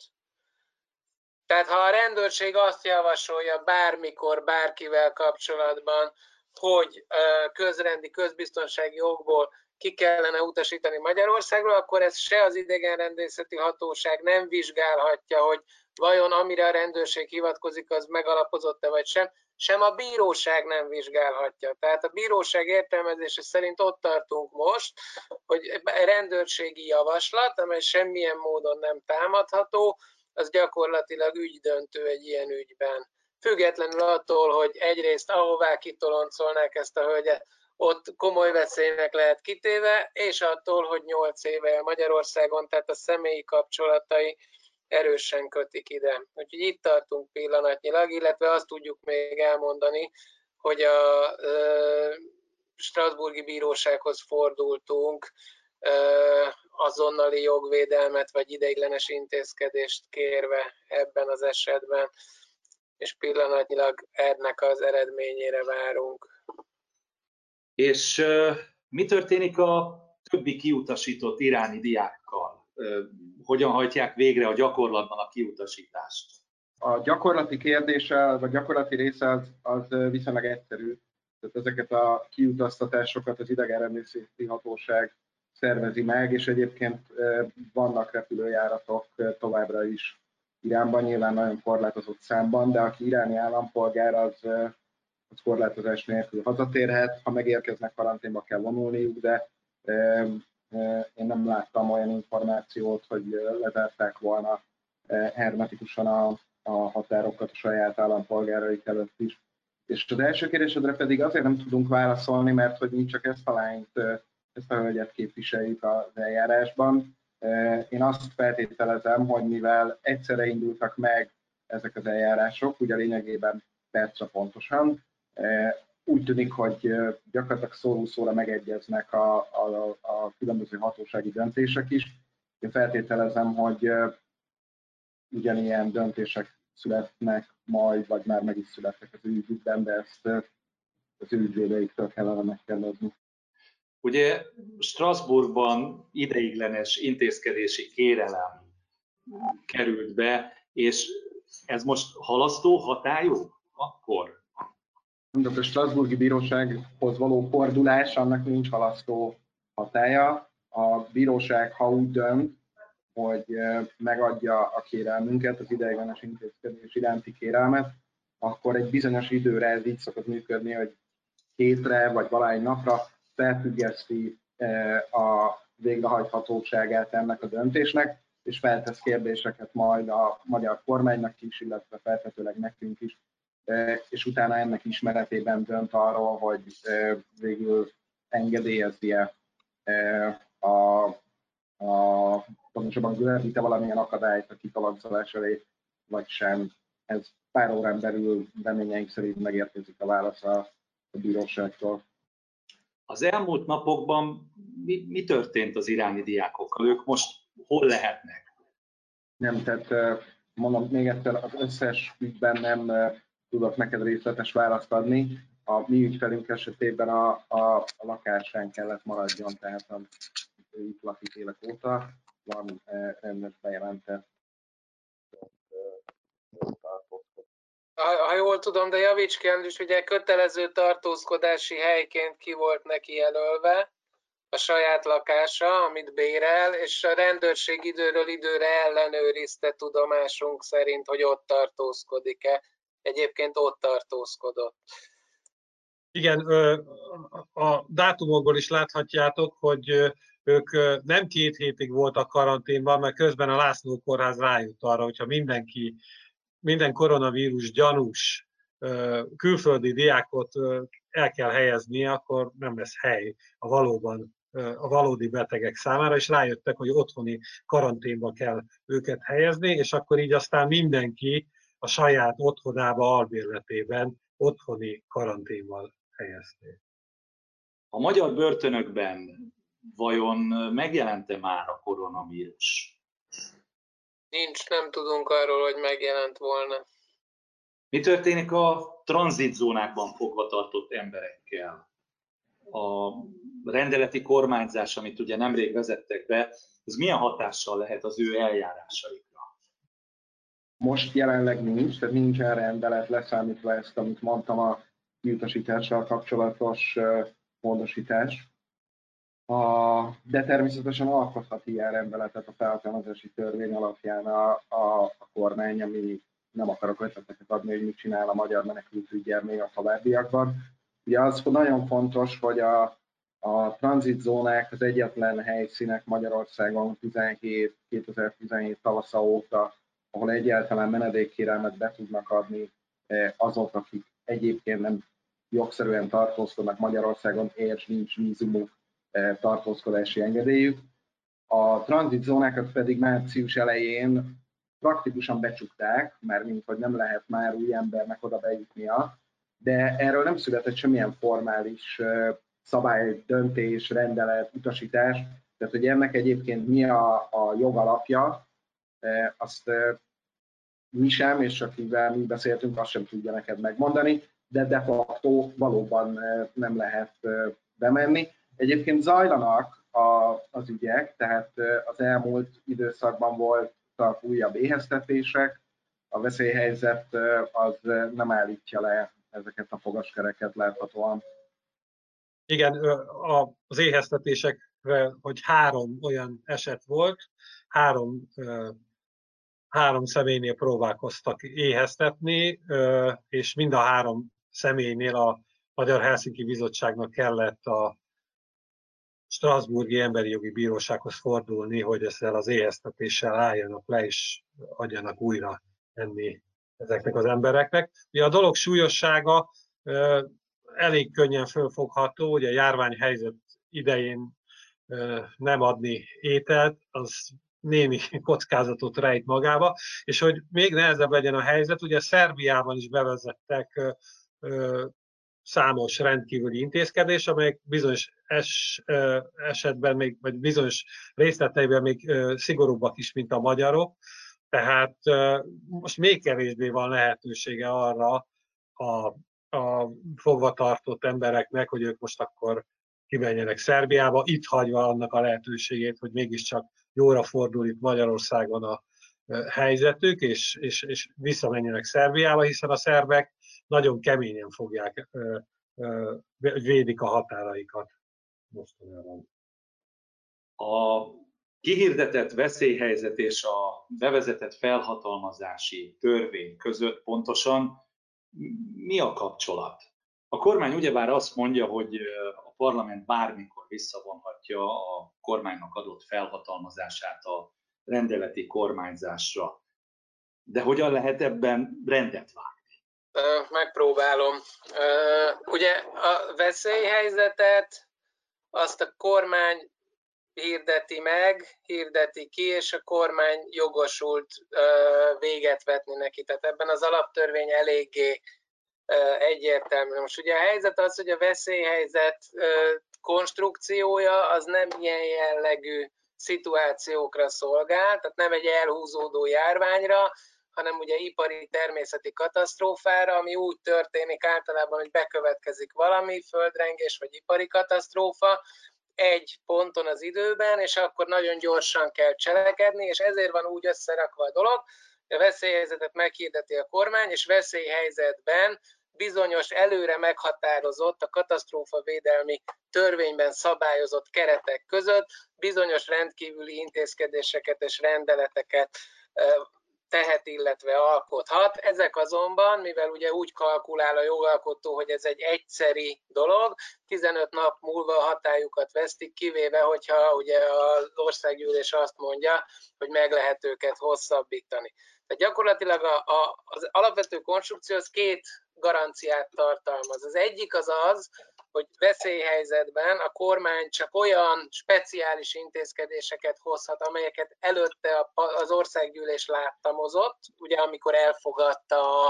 tehát ha a rendőrség azt javasolja bármikor, bárkivel kapcsolatban, hogy közrendi, közbiztonsági okból ki kellene utasítani Magyarországról, akkor ez se az idegenrendészeti hatóság nem vizsgálhatja, hogy vajon amire a rendőrség hivatkozik, az megalapozott-e vagy sem a bíróság nem vizsgálhatja. Tehát a bíróság értelmezése szerint ott tartunk most, hogy rendőrségi javaslat, amely semmilyen módon nem támadható, az gyakorlatilag ügydöntő egy ilyen ügyben. Függetlenül attól, hogy egyrészt ahová kitoloncolnák ezt a hölgyet, ott komoly veszélynek lehet kitéve, és attól, hogy 8 éve Magyarországon, tehát a személyi kapcsolatai erősen kötik ide. Úgyhogy itt tartunk pillanatnyilag, illetve azt tudjuk még elmondani, hogy a Strasbourgi Bírósághoz fordultunk azonnali jogvédelmet vagy ideiglenes intézkedést kérve ebben az esetben, és pillanatnyilag ennek az eredményére várunk.
És mi történik a többi kiutasított iráni diákkal? Hogyan hajtják végre a gyakorlatban a kiutasítást?
A gyakorlati kérdése, vagy gyakorlati része az viszonylag egyszerű. Tehát ezeket a kiutaztatásokat az idegenrendészeti hatóság szervezi meg, és egyébként vannak repülőjáratok továbbra is Iránban, nyilván nagyon korlátozott számban, de aki iráni állampolgár, az korlátozás nélkül hazatérhet. Ha megérkeznek, karanténba kell vonulniuk, de én nem láttam olyan információt, hogy lezárták volna hermetikusan a határokat a saját állampolgáraik előtt is. És az első kérdésedre pedig azért nem tudunk válaszolni, mert hogy mi csak ezt a lányt, ezt a hölgyet képviseljük az eljárásban. Én azt feltételezem, hogy mivel egyszerre indultak meg ezek az eljárások, ugye lényegében percre pontosan, úgy tűnik, hogy gyakorlatilag szó-szóra megegyeznek a különböző hatósági döntések is. Én feltételezem, hogy ugyanilyen döntések születnek majd, vagy már meg is születtek az ügyükben, de ezt az ügyvédeiktől kellene megkérdezni.
Ugye Strasbourgban ideiglenes intézkedési kérelem került be, és ez most halasztó hatályú? Akkor?
A Strasbourgi Bírósághoz való fordulás, annak nincs halasztó hatálya. A bíróság, ha úgy dönt, hogy megadja a kérelmünket, az ideiglenes intézkedés iránti kérelmet, akkor egy bizonyos időre ez így szokott működni, hogy hétre vagy valahány napra felfüggeszti a végrehajthatóságát ennek a döntésnek, és feltesz kérdéseket majd a magyar kormánynak is, illetve feltetőleg nekünk is, és utána ennek ismeretében dönt arról, hogy végül engedélyezi-e pontosabban gördít-e valamilyen akadályt a kitoloncolás elé, vagy sem. Ez pár órán belül reményeink szerint megérkezik a válasz a bíróságtól.
Az elmúlt napokban mi történt az iráni diákokkal? Ők most hol lehetnek?
Nem, tehát mondom még egyszer, az összes ügyben nem tudok neked részletes választ adni. A mi ügyfelünk esetében a lakásán kellett maradjon, tehát itt lakik évek óta, van rendes bejelentett.
Ha jól tudom, de javíts ki, Andris, ugye kötelező tartózkodási helyként ki volt neki jelölve a saját lakása, amit bérel, és a rendőrség időről időre ellenőrizte tudomásunk szerint, hogy ott tartózkodik-e. Egyébként ott tartózkodott.
Igen, a dátumokból is láthatjátok, hogy ők nem 2 hétig voltak karanténban, mert közben a László Kórház rájött arra, hogyha minden koronavírus gyanús külföldi diákot el kell helyezni, akkor nem lesz hely a valódi betegek számára, és rájöttek, hogy otthoni karanténba kell őket helyezni, és akkor így aztán mindenki a saját otthonába, albérletében otthoni karanténban helyezték.
A magyar börtönökben vajon megjelent-e már a koronavírus?
Nincs, nem tudunk arról, hogy megjelent volna.
Mi történik a tranzitzónákban fogva tartott emberekkel? A rendeleti kormányzás, amit ugye nemrég vezettek be, ez milyen hatással lehet az ő eljárásaikra?
Most jelenleg nincs, tehát nincsen rendelet leszámítva ezt, amit mondtam, a kiutasítással kapcsolatos módosítás. De természetesen alkothat ilyen rendeletet a felhatalmazási törvény alapján a kormány, ami nem akarok ötleteket adni, hogy mit csinál a magyar menekültüggyel még a továbbiakban. Ugye az nagyon fontos, hogy a tranzitzónák az egyetlen helyszínek Magyarországon 2017 tavasza óta, ahol egyáltalán menedékkérelmet be tudnak adni azok, akik egyébként nem jogszerűen tartózkodnak Magyarországon, és nincs vízumuk, tartózkodási engedélyük. A tranzitzónákat pedig március elején praktikusan becsukták, mert minthogy nem lehet már új embernek oda bejutnia, de erről nem született semmilyen formális szabály, döntés, rendelet, utasítás. Tehát, hogy ennek egyébként mi a jogalapja, azt mi sem, és akivel mi beszéltünk, azt sem tudja neked megmondani, de de facto valóban nem lehet bemenni. Egyébként zajlanak az ügyek, tehát az elmúlt időszakban voltak újabb éheztetések, a veszélyhelyzet az nem állítja le ezeket a fogaskereket láthatóan.
Igen, az éheztetésekre, hogy 3 olyan eset volt, 3 személynél próbálkoztak éheztetni, és mind a 3 személynél a Magyar Helsinki Bizottságnak kellett a Strasbourgi Emberi Jogi Bírósághoz fordulni, hogy ezzel az éheztetéssel álljanak le, és adjanak újra enni ezeknek az embereknek. Ugye a dolog súlyossága elég könnyen fölfogható, ugye a járványhelyzet idején nem adni ételt, az némi kockázatot rejt magába, és hogy még nehezebb legyen a helyzet, ugye Szerbiában is bevezettek számos rendkívüli intézkedés, amelyek bizonyos esetben, még, vagy bizonyos részleteiben még szigorúbbak is, mint a magyarok. Tehát most még kevésbé van lehetősége arra a fogvatartott embereknek, hogy ők most akkor kimenjenek Szerbiába, itt hagyva annak a lehetőségét, hogy mégiscsak jóra fordul itt Magyarországon a helyzetük, és visszamenjenek Szerbiába, hiszen a szerbek nagyon keményen fogják, védik a határaikat mostanában.
A kihirdetett veszélyhelyzet és a bevezetett felhatalmazási törvény között pontosan mi a kapcsolat? A kormány ugyebár azt mondja, hogy a parlament bármikor visszavonhatja a kormánynak adott felhatalmazását a rendeleti kormányzásra. De hogyan lehet ebben rendet vágni?
Megpróbálom. Ugye a veszélyhelyzetet azt a kormány hirdeti ki, és a kormány jogosult véget vetni neki. Tehát ebben az alaptörvény eléggé egyértelmű. Most ugye a helyzet az, hogy a veszélyhelyzet konstrukciója az nem ilyen jellegű szituációkra szolgál, tehát nem egy elhúzódó járványra, hanem ugye ipari természeti katasztrófára, ami úgy történik általában, hogy bekövetkezik valami, földrengés vagy ipari katasztrófa, egy ponton az időben, és akkor nagyon gyorsan kell cselekedni, és ezért van úgy összerakva a dolog, hogy a veszélyhelyzetet meghirdeti a kormány, és veszélyhelyzetben bizonyos előre meghatározott, a katasztrófavédelmi törvényben szabályozott keretek között bizonyos rendkívüli intézkedéseket és rendeleteket tehet, illetve alkothat. Ezek azonban, mivel ugye úgy kalkulál a jogalkotó, hogy ez egy egyszeri dolog, 15 nap múlva a hatályukat vesztik, kivéve, hogyha ugye az országgyűlés azt mondja, hogy meg lehet őket hosszabbítani. Tehát gyakorlatilag az alapvető konstrukció az 2 garanciát tartalmaz. Az egyik az, hogy veszélyhelyzetben a kormány csak olyan speciális intézkedéseket hozhat, amelyeket előtte az országgyűlés láttamozott, ugye amikor elfogadta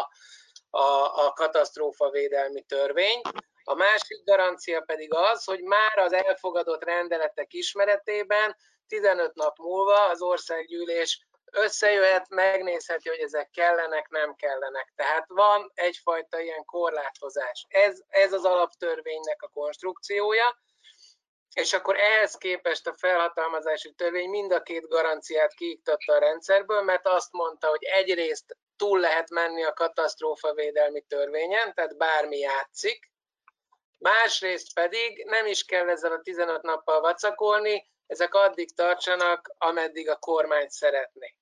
a katasztrófavédelmi törvényt. A másik garancia pedig az, hogy már az elfogadott rendeletek ismeretében 15 nap múlva az országgyűlés összejöhet, megnézheti, hogy ezek kellenek, nem kellenek. Tehát van egyfajta ilyen korlátozás. Ez az alaptörvénynek a konstrukciója, és akkor ehhez képest a felhatalmazási törvény mind a 2 garanciát kiiktatta a rendszerből, mert azt mondta, hogy egyrészt túl lehet menni a katasztrófavédelmi törvényen, tehát bármi játszik, másrészt pedig nem is kell ezzel a 15 nappal vacakolni, ezek addig tartsanak, ameddig a kormány szeretné.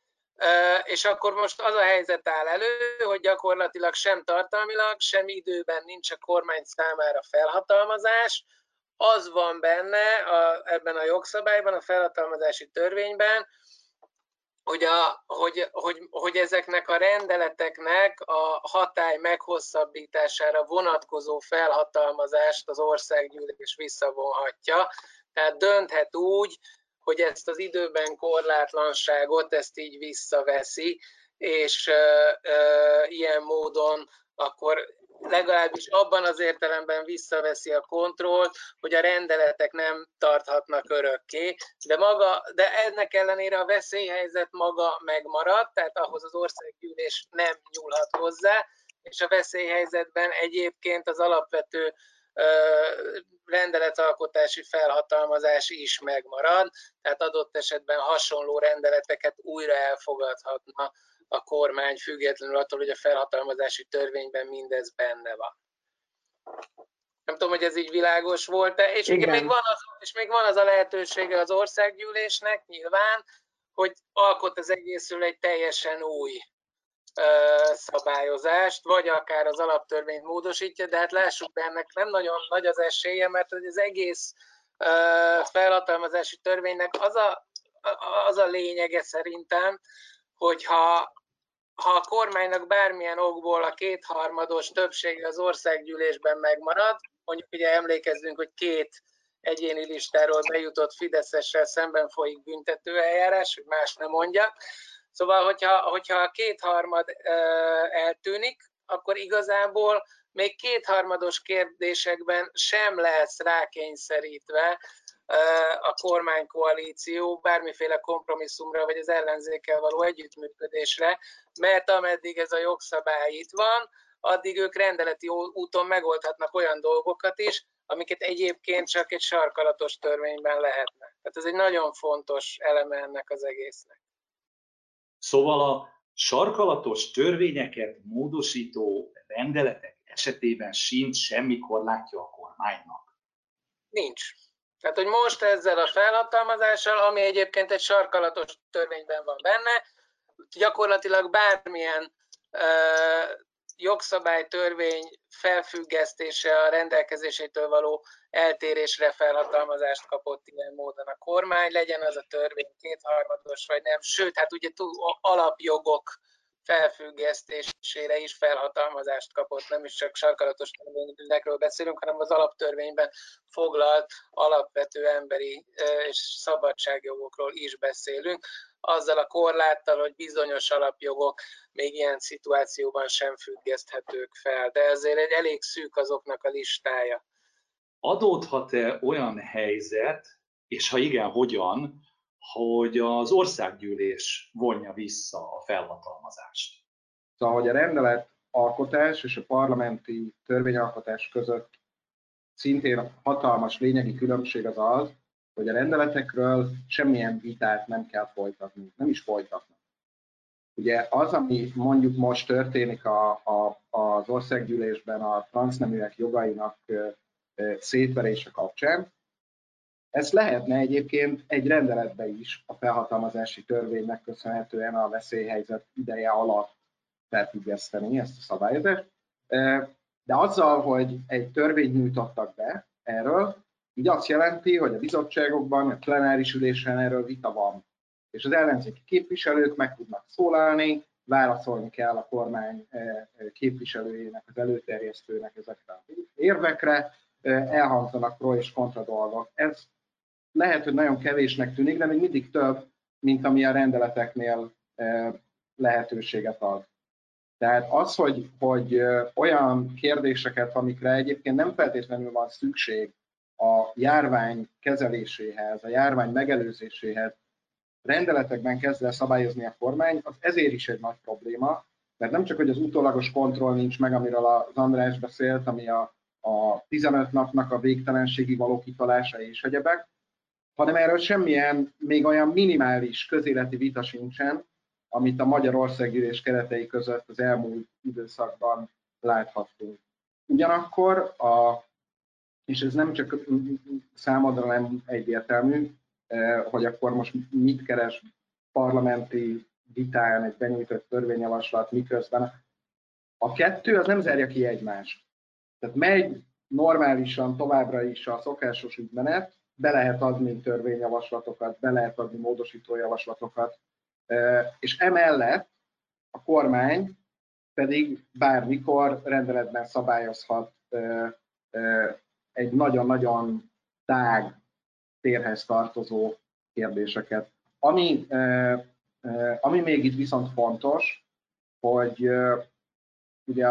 És akkor most az a helyzet áll elő, hogy gyakorlatilag sem tartalmilag, sem időben nincs a kormány számára felhatalmazás. Az van benne ebben a jogszabályban, a felhatalmazási törvényben, hogy ezeknek a rendeleteknek a hatály meghosszabbítására vonatkozó felhatalmazást az országgyűlés visszavonhatja. Tehát dönthet úgy, hogy ezt az időben korlátlanságot ezt így visszaveszi, és ilyen módon akkor legalábbis abban az értelemben visszaveszi a kontrollt, hogy a rendeletek nem tarthatnak örökké, de ennek ellenére a veszélyhelyzet maga megmarad, tehát ahhoz az országgyűlés nem nyúlhat hozzá, és a veszélyhelyzetben egyébként az alapvető rendeletalkotási felhatalmazás is megmarad, tehát adott esetben hasonló rendeleteket újra elfogadhatna a kormány, függetlenül attól, hogy a felhatalmazási törvényben mindez benne van. Nem tudom, hogy ez így világos volt-e, és ugye még van az a lehetősége az országgyűlésnek nyilván, hogy alkot az egészről egy teljesen új szabályozást, vagy akár az alaptörvényt módosítja, de hát lássuk be, ennek nem nagyon nagy az esélye, mert az egész felhatalmazási törvénynek az a lényege szerintem, hogyha a kormánynak bármilyen okból a kétharmados többsége az országgyűlésben megmarad, mondjuk ugye emlékezzünk, hogy 2 egyéni listáról bejutott fideszessel szemben folyik büntetőeljárás, hogy más nem mondjak. Szóval, hogyha a kétharmad eltűnik, akkor igazából még kétharmados kérdésekben sem lesz rákényszerítve a kormánykoalíció bármiféle kompromisszumra, vagy az ellenzékkel való együttműködésre, mert ameddig ez a jogszabály itt van, addig ők rendeleti úton megoldhatnak olyan dolgokat is, amiket egyébként csak egy sarkalatos törvényben lehetne. Tehát ez egy nagyon fontos eleme ennek az egésznek.
Szóval a sarkalatos törvényeket módosító rendeletek esetében sincs semmi korlátja a kormánynak?
Nincs. Tehát, hogy most ezzel a felhatalmazással, ami egyébként egy sarkalatos törvényben van benne, gyakorlatilag bármilyen jogszabály, törvény felfüggesztése a rendelkezésétől való eltérésre felhatalmazást kapott ilyen módon a kormány, legyen az a törvény kétharmados vagy nem, sőt, hát ugye alapjogok felfüggesztésére is felhatalmazást kapott, nem is csak sarkalatos törvényekről beszélünk, hanem az alaptörvényben foglalt alapvető emberi és szabadságjogokról is beszélünk, azzal a korláttal, hogy bizonyos alapjogok még ilyen szituációban sem függeszthetők fel, de ezért egy elég szűk azoknak a listája.
Adódhat-e olyan helyzet, és ha igen, hogyan, hogy az országgyűlés vonja vissza a felhatalmazást?
Szóval, hogy a rendeletalkotás és a parlamenti törvényalkotás között szintén hatalmas lényegi különbség az, hogy a rendeletekről semmilyen vitát nem kell folytatni, nem is folytatnak. Ugye az, ami mondjuk most történik az országgyűlésben a transzneműek jogainak szétverése kapcsán, ezt lehetne egyébként egy rendeletbe is a felhatalmazási törvénynek köszönhetően a veszélyhelyzet ideje alatt felfüggeszteni ezt a szabályozást. De azzal, hogy egy törvényt nyújtottak be erről, így azt jelenti, hogy a bizottságokban, a plenáris ülésen erről vita van. És az ellenzéki képviselők meg tudnak szólalni, válaszolni kell a kormány képviselőjének, az előterjesztőnek ezekre az érvekre, elhangzanak pro és kontra dolgok. Ez lehet, hogy nagyon kevésnek tűnik, de még mindig több, mint ami a rendeleteknél lehetőséget ad. Tehát az, hogy olyan kérdéseket, amikre egyébként nem feltétlenül van szükség a járvány kezeléséhez, a járvány megelőzéséhez, rendeletekben kezd el szabályozni a kormány, az ezért is egy nagy probléma, mert nem csak, hogy az utólagos kontroll nincs meg, amiről az András beszélt, ami a 15 napnak a végtelenségi való kitolása és egyebek, hanem erről semmilyen, még olyan minimális közéleti vita sincsen, amit a Magyar Országgyűlés keretei között az elmúlt időszakban láthattunk. Ugyanakkor, és ez nem csak számodra nem egyértelmű, hogy akkor most mit keres parlamenti vitán egy benyújtott törvényjavaslat, miközben a kettő az nem zárja ki egymást. Tehát megy normálisan továbbra is a szokásos ügymenet, be lehet adni törvényjavaslatokat, be lehet adni módosítójavaslatokat, és emellett a kormány pedig bármikor rendeletben szabályozhat egy nagyon-nagyon tág térhez tartozó kérdéseket. Ami még itt viszont fontos, hogy ugye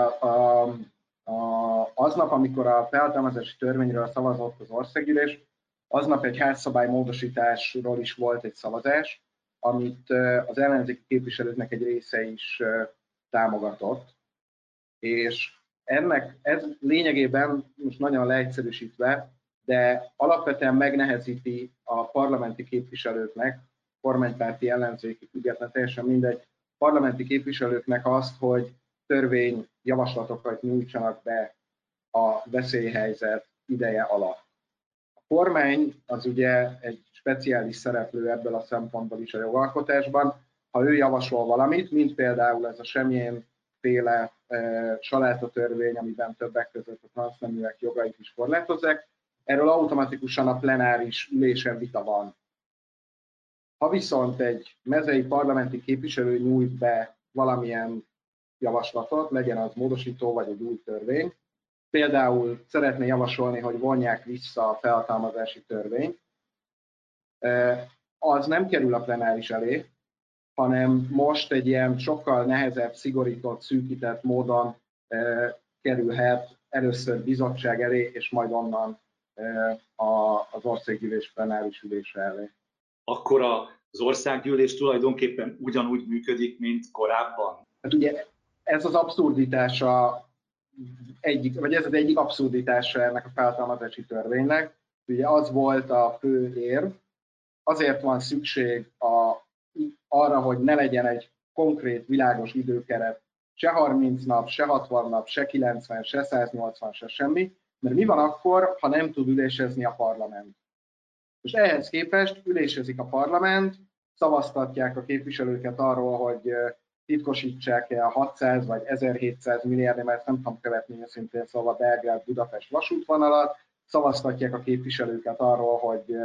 aznap, amikor a felhatalmazási törvényről szavazott az országgyűlés, aznap egy házszabálymódosításról is volt egy szavazás, amit az ellenzéki képviselőknek egy része is támogatott. És ez lényegében, most nagyon leegyszerűsítve, de alapvetően megnehezíti a parlamenti képviselőknek, kormánypárti, ellenzéki, független, teljesen mindegy, parlamenti képviselőknek azt, hogy törvényjavaslatokat nyújtsanak be a veszélyhelyzet ideje alatt. A kormány az ugye egy speciális szereplő ebből a szempontból is a jogalkotásban. Ha ő javasol valamit, mint például ez a semmilyenféle salátatörvény, amiben többek között a transzneműek jogait is korlátozzák, erről automatikusan a plenáris ülésen vita van. Ha viszont egy mezei parlamenti képviselő nyújt be valamilyen javaslatot, legyen az módosító vagy egy új törvény, például szeretné javasolni, hogy vonják vissza a felhatalmazási törvényt, az nem kerül a plenáris elé, hanem most egy ilyen sokkal nehezebb, szigorított, szűkített módon kerülhet először bizottság elé, és majd onnan az országgyűlés plenáris ülése elé.
Akkor az országgyűlés tulajdonképpen ugyanúgy működik, mint korábban?
Hát ugye ez az abszurditása ez az egyik abszurditása ennek a felhatalmazási törvénynek. Ugye az volt a fő érv, azért van szükség arra, hogy ne legyen egy konkrét, világos időkeret, se 30 nap, se 60 nap, se 90, se 180, se semmi, mert mi van akkor, ha nem tud ülésezni a parlament? És ehhez képest ülésezik a parlament, szavaztatják a képviselőket arról, hogy titkosítsák-e a 600 vagy 1700 milliárd, mert nem tudom követni őszintén szóval Belgrád-Budapest vasútvonalat, szavaztatják a képviselőket arról, hogy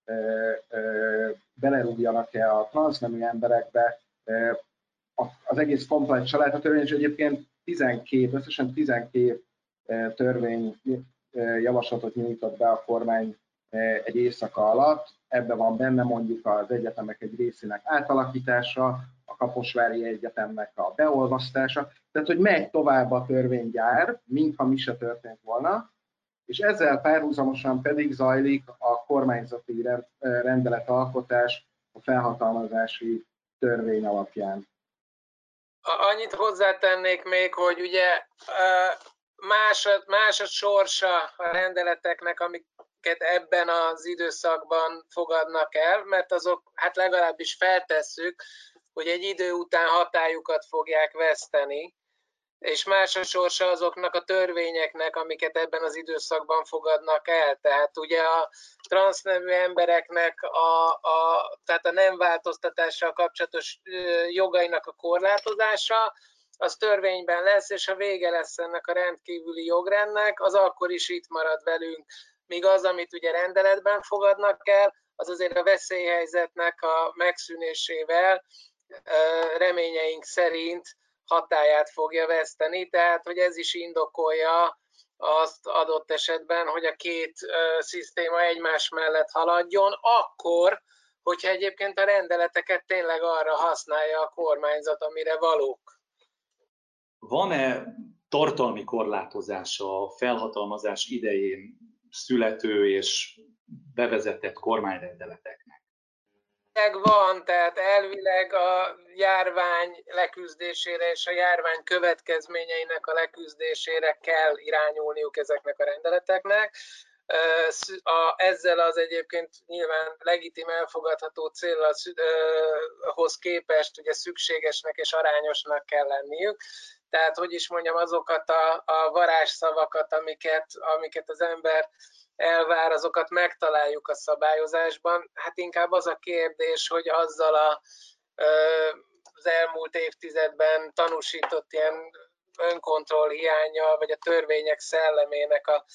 belerúgjanak-e a transznemű emberekbe, az egész komplet családtörvény, és egyébként összesen 12 törvény javaslatot nyújtott be a kormány egy éjszaka alatt. Ebben van benne mondjuk az egyetemek egy részének átalakítása, a Kaposvári Egyetemnek a beolvasztása, tehát hogy megy tovább a törvénygyár, mintha mi se történt volna, és ezzel párhuzamosan pedig zajlik a kormányzati rendeletalkotás a felhatalmazási törvény alapján.
Annyit hozzátennék még, hogy ugye más a sorsa a rendeleteknek, amiket ebben az időszakban fogadnak el, mert azok, hát legalábbis feltesszük, hogy egy idő után hatályukat fogják veszteni, és más a sorsa azoknak a törvényeknek, amiket ebben az időszakban fogadnak el. Tehát ugye a transznemű embereknek tehát a nem változtatással kapcsolatos jogainak a korlátozása, az törvényben lesz, és a vége lesz ennek a rendkívüli jogrendnek, az akkor is itt marad velünk, míg az, amit ugye rendeletben fogadnak el, az azért a veszélyhelyzetnek a megszűnésével reményeink szerint hatályát fogja veszteni, tehát hogy ez is indokolja azt adott esetben, hogy a két szisztéma egymás mellett haladjon, akkor, hogyha egyébként a rendeleteket tényleg arra használja a kormányzat, amire valók.
Van-e tartalmi korlátozása a felhatalmazás idején születő és bevezetett kormányrendeleteknek?
Van, tehát elvileg a járvány leküzdésére és a járvány következményeinek a leküzdésére kell irányulniuk ezeknek a rendeleteknek. Ezzel az egyébként nyilván legitim elfogadható célhoz képest ugye szükségesnek és arányosnak kell lenniük. Tehát, hogy is mondjam, azokat a varázsszavakat, amiket az ember elvár, azokat megtaláljuk a szabályozásban. Hát inkább az a kérdés, hogy azzal az elmúlt évtizedben tanúsított ilyen önkontroll hiánnyal, vagy a törvények szellemének a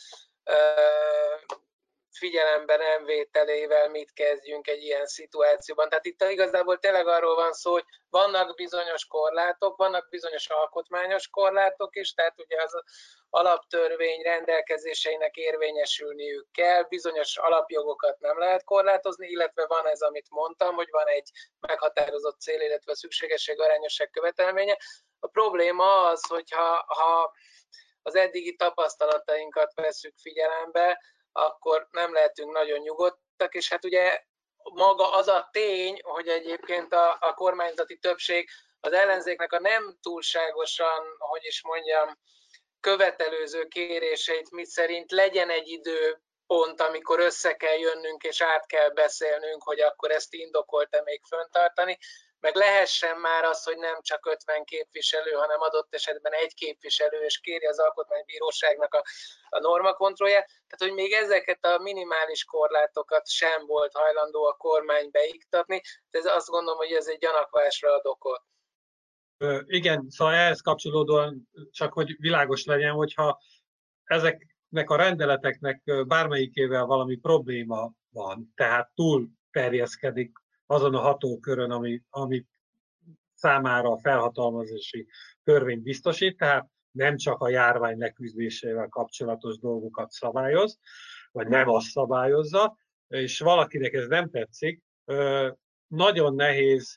figyelembe nem vételével mit kezdjünk egy ilyen szituációban. Tehát itt igazából tényleg arról van szó, hogy vannak bizonyos korlátok, vannak bizonyos alkotmányos korlátok is, tehát ugye az alaptörvény rendelkezéseinek érvényesülniük kell, bizonyos alapjogokat nem lehet korlátozni, illetve van ez, amit mondtam, hogy van egy meghatározott cél, illetve szükségesség, arányosság követelménye. A probléma az, hogy ha az eddigi tapasztalatainkat vesszük figyelembe, akkor nem lehetünk nagyon nyugodtak, és hát ugye maga az a tény, hogy egyébként a kormányzati többség az ellenzéknek a nem túlságosan, hogy is mondjam, követelőző kéréseit, miszerint legyen egy időpont, amikor össze kell jönnünk és át kell beszélnünk, hogy akkor ezt indokolt-e még föntartani. meg lehessen már az, hogy nem csak 50 képviselő, hanem adott esetben egy képviselő, és kéri az Alkotmánybíróságnak a normakontrollját. Tehát, hogy még ezeket a minimális korlátokat sem volt hajlandó a kormány beiktatni, de azt gondolom, hogy ez egy gyanakvásra ad okot.
Igen, szóval ehhez kapcsolódóan csak, hogy világos legyen, hogyha ezeknek a rendeleteknek bármelyikével valami probléma van, tehát túl terjeszkedik azon a hatókörön, ami számára a felhatalmazási törvény biztosít, tehát nem csak a járvány leküzdésével kapcsolatos dolgokat szabályoz, vagy nem azt szabályozza, és valakinek ez nem tetszik, nagyon nehéz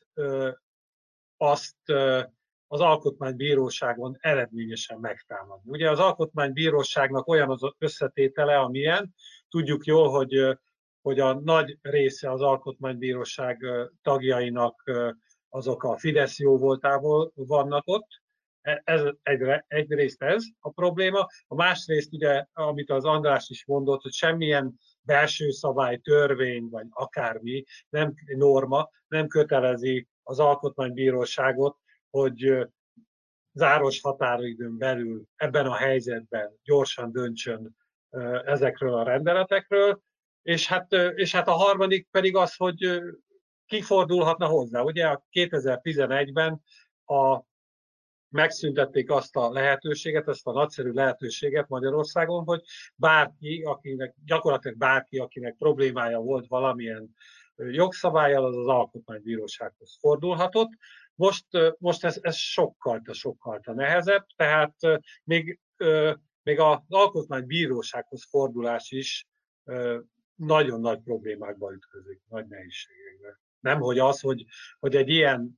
azt az Alkotmánybíróságon eredményesen megtámadni. Ugye az Alkotmánybíróságnak olyan az összetétele, amilyen, tudjuk jól, hogy a nagy része az Alkotmánybíróság tagjainak azok a Fidesz jóvoltából vannak ott. Egyrészt ez a probléma. A másrészt ugye, amit az András is mondott, hogy semmilyen belső szabály, törvény, vagy akármi, nem norma, nem kötelezi az Alkotmánybíróságot, hogy záros határidőn belül ebben a helyzetben gyorsan döntsön ezekről a rendeletekről, és hát a harmadik pedig az, hogy kifordulhatna hozzá. Ugye a 2011-ben megszüntették azt a lehetőséget, ezt a nagyszerű lehetőséget Magyarországon, hogy gyakorlatilag bárki, akinek problémája volt valamilyen jogszabállyal, az az Alkotmánybírósághoz fordulhatott. Most ez sokkal nehezebb, tehát még az Alkotmánybírósághoz fordulás is nagyon nagy problémákba ütközik, nagy nehézségekbe. Nemhogy az, hogy egy ilyen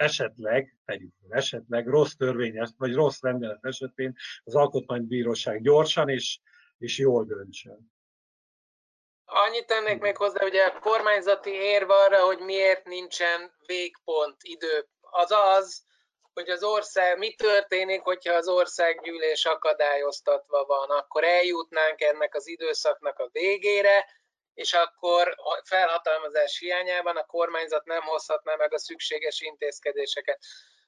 esetleg rossz törvényes, vagy rossz rendelet esetén az Alkotmánybíróság gyorsan és jól döntsön.
Annyit tennék még hozzá, ugye a kormányzati érv arra, hogy miért nincsen végpont, idő, az, hogy az ország, mi történik, hogyha az országgyűlés akadályoztatva van, akkor eljutnánk ennek az időszaknak a végére, és akkor a felhatalmazás hiányában a kormányzat nem hozhatná meg a szükséges intézkedéseket.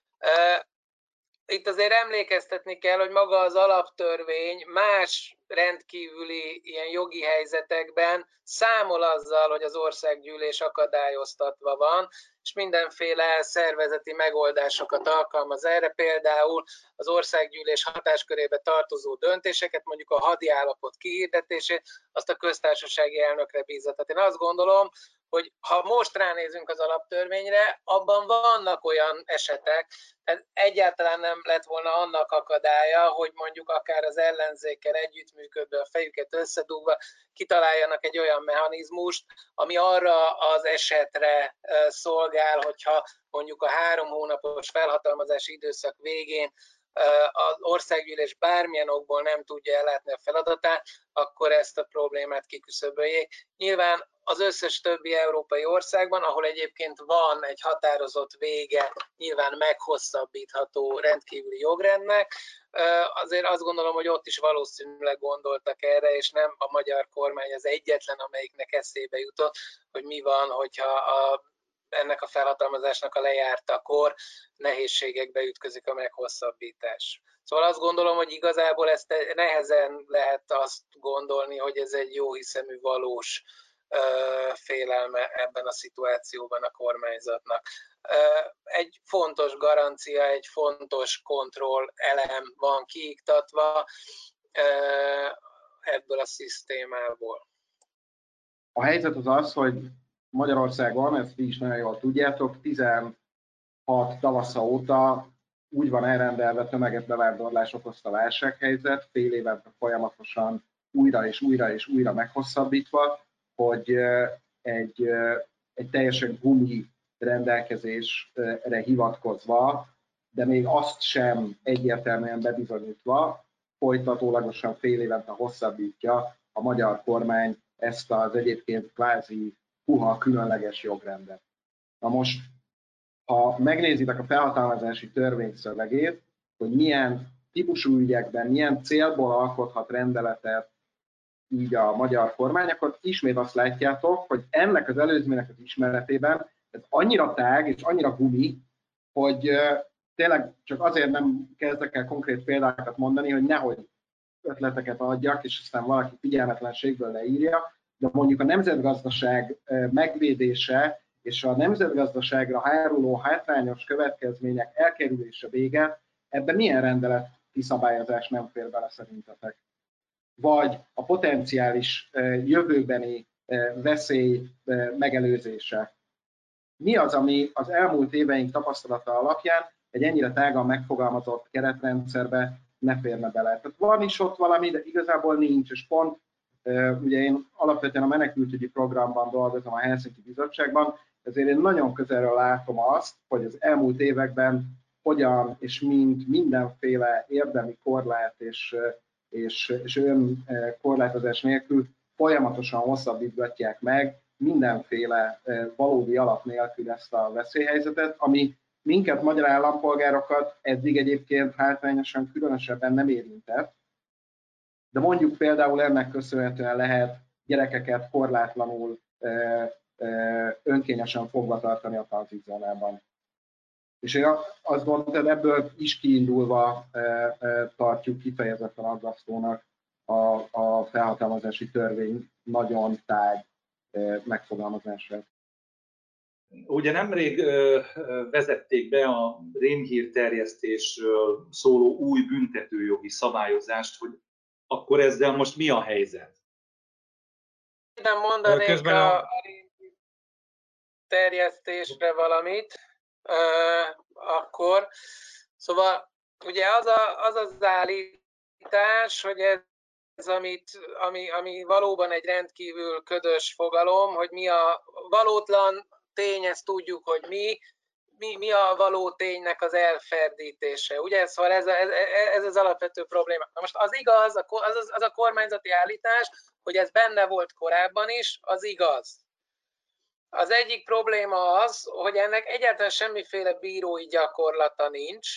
Itt azért emlékeztetni kell, hogy maga az alaptörvény más rendkívüli ilyen jogi helyzetekben számol azzal, hogy az országgyűlés akadályoztatva van, és mindenféle szervezeti megoldásokat alkalmaz erre, például az országgyűlés hatáskörébe tartozó döntéseket, mondjuk a hadi állapot kihirdetését, azt a köztársasági elnökre bízza. Tehát én azt gondolom, hogy ha most ránézünk az alaptörvényre, abban vannak olyan esetek, tehát egyáltalán nem lett volna annak akadálya, hogy mondjuk akár az ellenzékkel együttműködve, a fejüket összedugva kitaláljanak egy olyan mechanizmust, ami arra az esetre szolgál, hogyha mondjuk a 3 hónapos felhatalmazási időszak végén az országgyűlés bármilyen okból nem tudja ellátni a feladatát, akkor ezt a problémát kiküszöböljék. Nyilván az összes többi európai országban, ahol egyébként van egy határozott vége, nyilván meghosszabbítható rendkívüli jogrendnek, azért azt gondolom, hogy ott is valószínűleg gondoltak erre, és nem a magyar kormány az egyetlen, amelyiknek eszébe jutott, hogy mi van, hogyha ennek a felhatalmazásnak a lejártakor nehézségekbe ütközik a meghosszabbítás. Szóval azt gondolom, hogy igazából ezt nehezen lehet azt gondolni, hogy ez egy jóhiszemű, valós félelme ebben a szituációban a kormányzatnak. Egy fontos garancia, egy fontos kontroll elem van kiiktatva ebből a szisztémából.
A helyzet az, hogy Magyarországon, ezt ti is nagyon jól tudjátok, 16 tavasza óta úgy van elrendelve tömeges bevándorlás okozta válsághelyzet, fél évente folyamatosan újra meghosszabbítva, hogy egy teljesen gumi rendelkezésre hivatkozva, de még azt sem egyértelműen bebizonyítva, folytatólagosan fél évente hosszabbítja a magyar kormány ezt az egyébként kvázi puha, különleges jogrendet. Na most, ha megnézitek a felhatalmazási törvény szövegét, hogy milyen típusú ügyekben, milyen célból alkothat rendeletet így a magyar kormány, akkor ismét azt látjátok, hogy ennek az előzménynek az ismeretében ez annyira tág és annyira gumi, hogy tényleg csak azért nem kezdek el konkrét példákat mondani, hogy nehogy ötleteket adjak, és aztán valaki figyelmetlenségből leírja, de mondjuk a nemzetgazdaság megvédése és a nemzetgazdaságra háruló hátrányos következmények elkerülése véget, ebben milyen rendeleti szabályozás nem fér bele szerintetek? Vagy a potenciális jövőbeni veszély megelőzése. Mi az, ami az elmúlt éveink tapasztalata alapján egy ennyire tágan megfogalmazott keretrendszerbe ne férne bele? Tehát van is ott valami, de igazából nincs, és pont ugye én alapvetően a menekültügyi programban dolgozom a Helsinki Bizottságban, ezért én nagyon közelről látom azt, hogy az elmúlt években hogyan és mindenféle érdemi korlát és önkorlátozás nélkül folyamatosan hosszabbítgatják meg mindenféle valódi alap nélkül ezt a veszélyhelyzetet, ami minket, magyar állampolgárokat eddig egyébként hátrányosan különösebben nem érintett, de mondjuk például ennek köszönhetően lehet gyerekeket korlátlanul önkényesen fogva tartani a tranzitzónában. És én azt gondolom, hogy ebből is kiindulva tartjuk kifejezetten aggasztónak a felhatalmazási törvény nagyon tág megfogalmazását.
Ugye nemrég vezették be a rémhírterjesztésről szóló új büntetőjogi szabályozást, hogy akkor ezzel most mi a helyzet?
Nem mondanék a terjesztésre valamit, akkor. Szóval ugye az az állítás, hogy ez, ami valóban egy rendkívül ködös fogalom, hogy mi a valótlan tény, ezt tudjuk, hogy mi a való ténynek az elferdítése. Ugye? Szóval ez az alapvető probléma. Na most az igaz, az a kormányzati állítás, hogy ez benne volt korábban is, az igaz. Az egyik probléma az, hogy ennek egyáltalán semmiféle bírói gyakorlata nincs,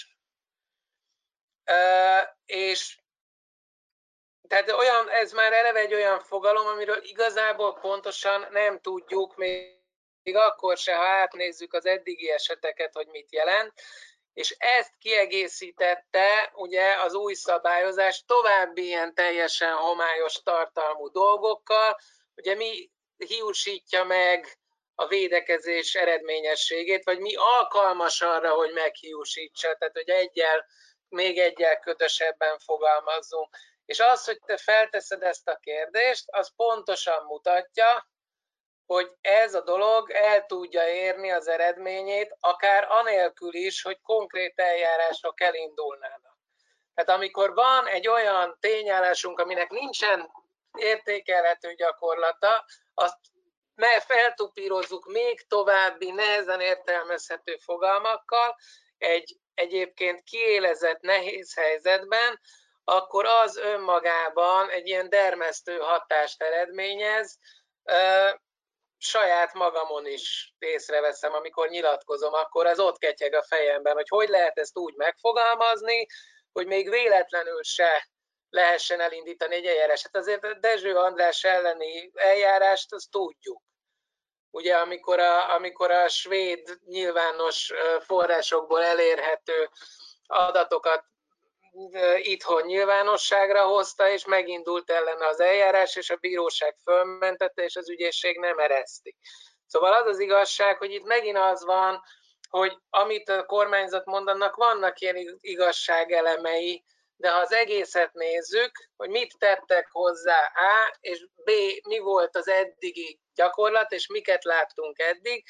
és tehát ez már eleve egy olyan fogalom, amiről igazából pontosan nem tudjuk, még akkor se, ha átnézzük az eddigi eseteket, hogy mit jelent, és ezt kiegészítette ugye az új szabályozás további ilyen teljesen homályos tartalmú dolgokkal, ugye mi hiúsítja meg a védekezés eredményességét, vagy mi alkalmas arra, hogy meghiúsítsa, tehát hogy még egyel ködösebben fogalmazzunk. És az, hogy te felteszed ezt a kérdést, az pontosan mutatja, hogy ez a dolog el tudja érni az eredményét, akár anélkül is, hogy konkrét eljárások elindulnának. Tehát amikor van egy olyan tényállásunk, aminek nincsen értékelhető gyakorlata, azt feltupírozzuk még további, nehezen értelmezhető fogalmakkal, egy egyébként kiélezett nehéz helyzetben, akkor az önmagában egy ilyen dermesztő hatást eredményez. Saját magamon is észreveszem, amikor nyilatkozom, akkor az ott ketyeg a fejemben, hogy lehet ezt úgy megfogalmazni, hogy még véletlenül se lehessen elindítani egy eljárást. Hát azért a Dezső András elleni eljárást, azt tudjuk. Ugye amikor a svéd nyilvános forrásokból elérhető adatokat itthon nyilvánosságra hozta, és megindult ellene az eljárás, és a bíróság fölmentette, és az ügyészség nem ereszti. Szóval az az igazság, hogy itt megint az van, hogy amit a kormányzat mondanak, vannak ilyen igazságelemei, de ha az egészet nézzük, hogy mit tettek hozzá A, és B, mi volt az eddigi gyakorlat, és miket láttunk eddig,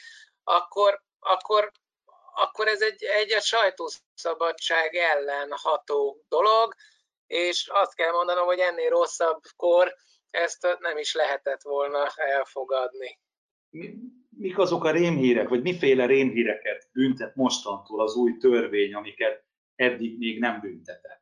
akkor ez egy sajtószabadság ellen ható dolog, és azt kell mondanom, hogy ennél rosszabbkor ezt nem is lehetett volna elfogadni.
Mik azok a rémhírek, vagy miféle rémhíreket büntet mostantól az új törvény, amiket eddig még nem büntetett?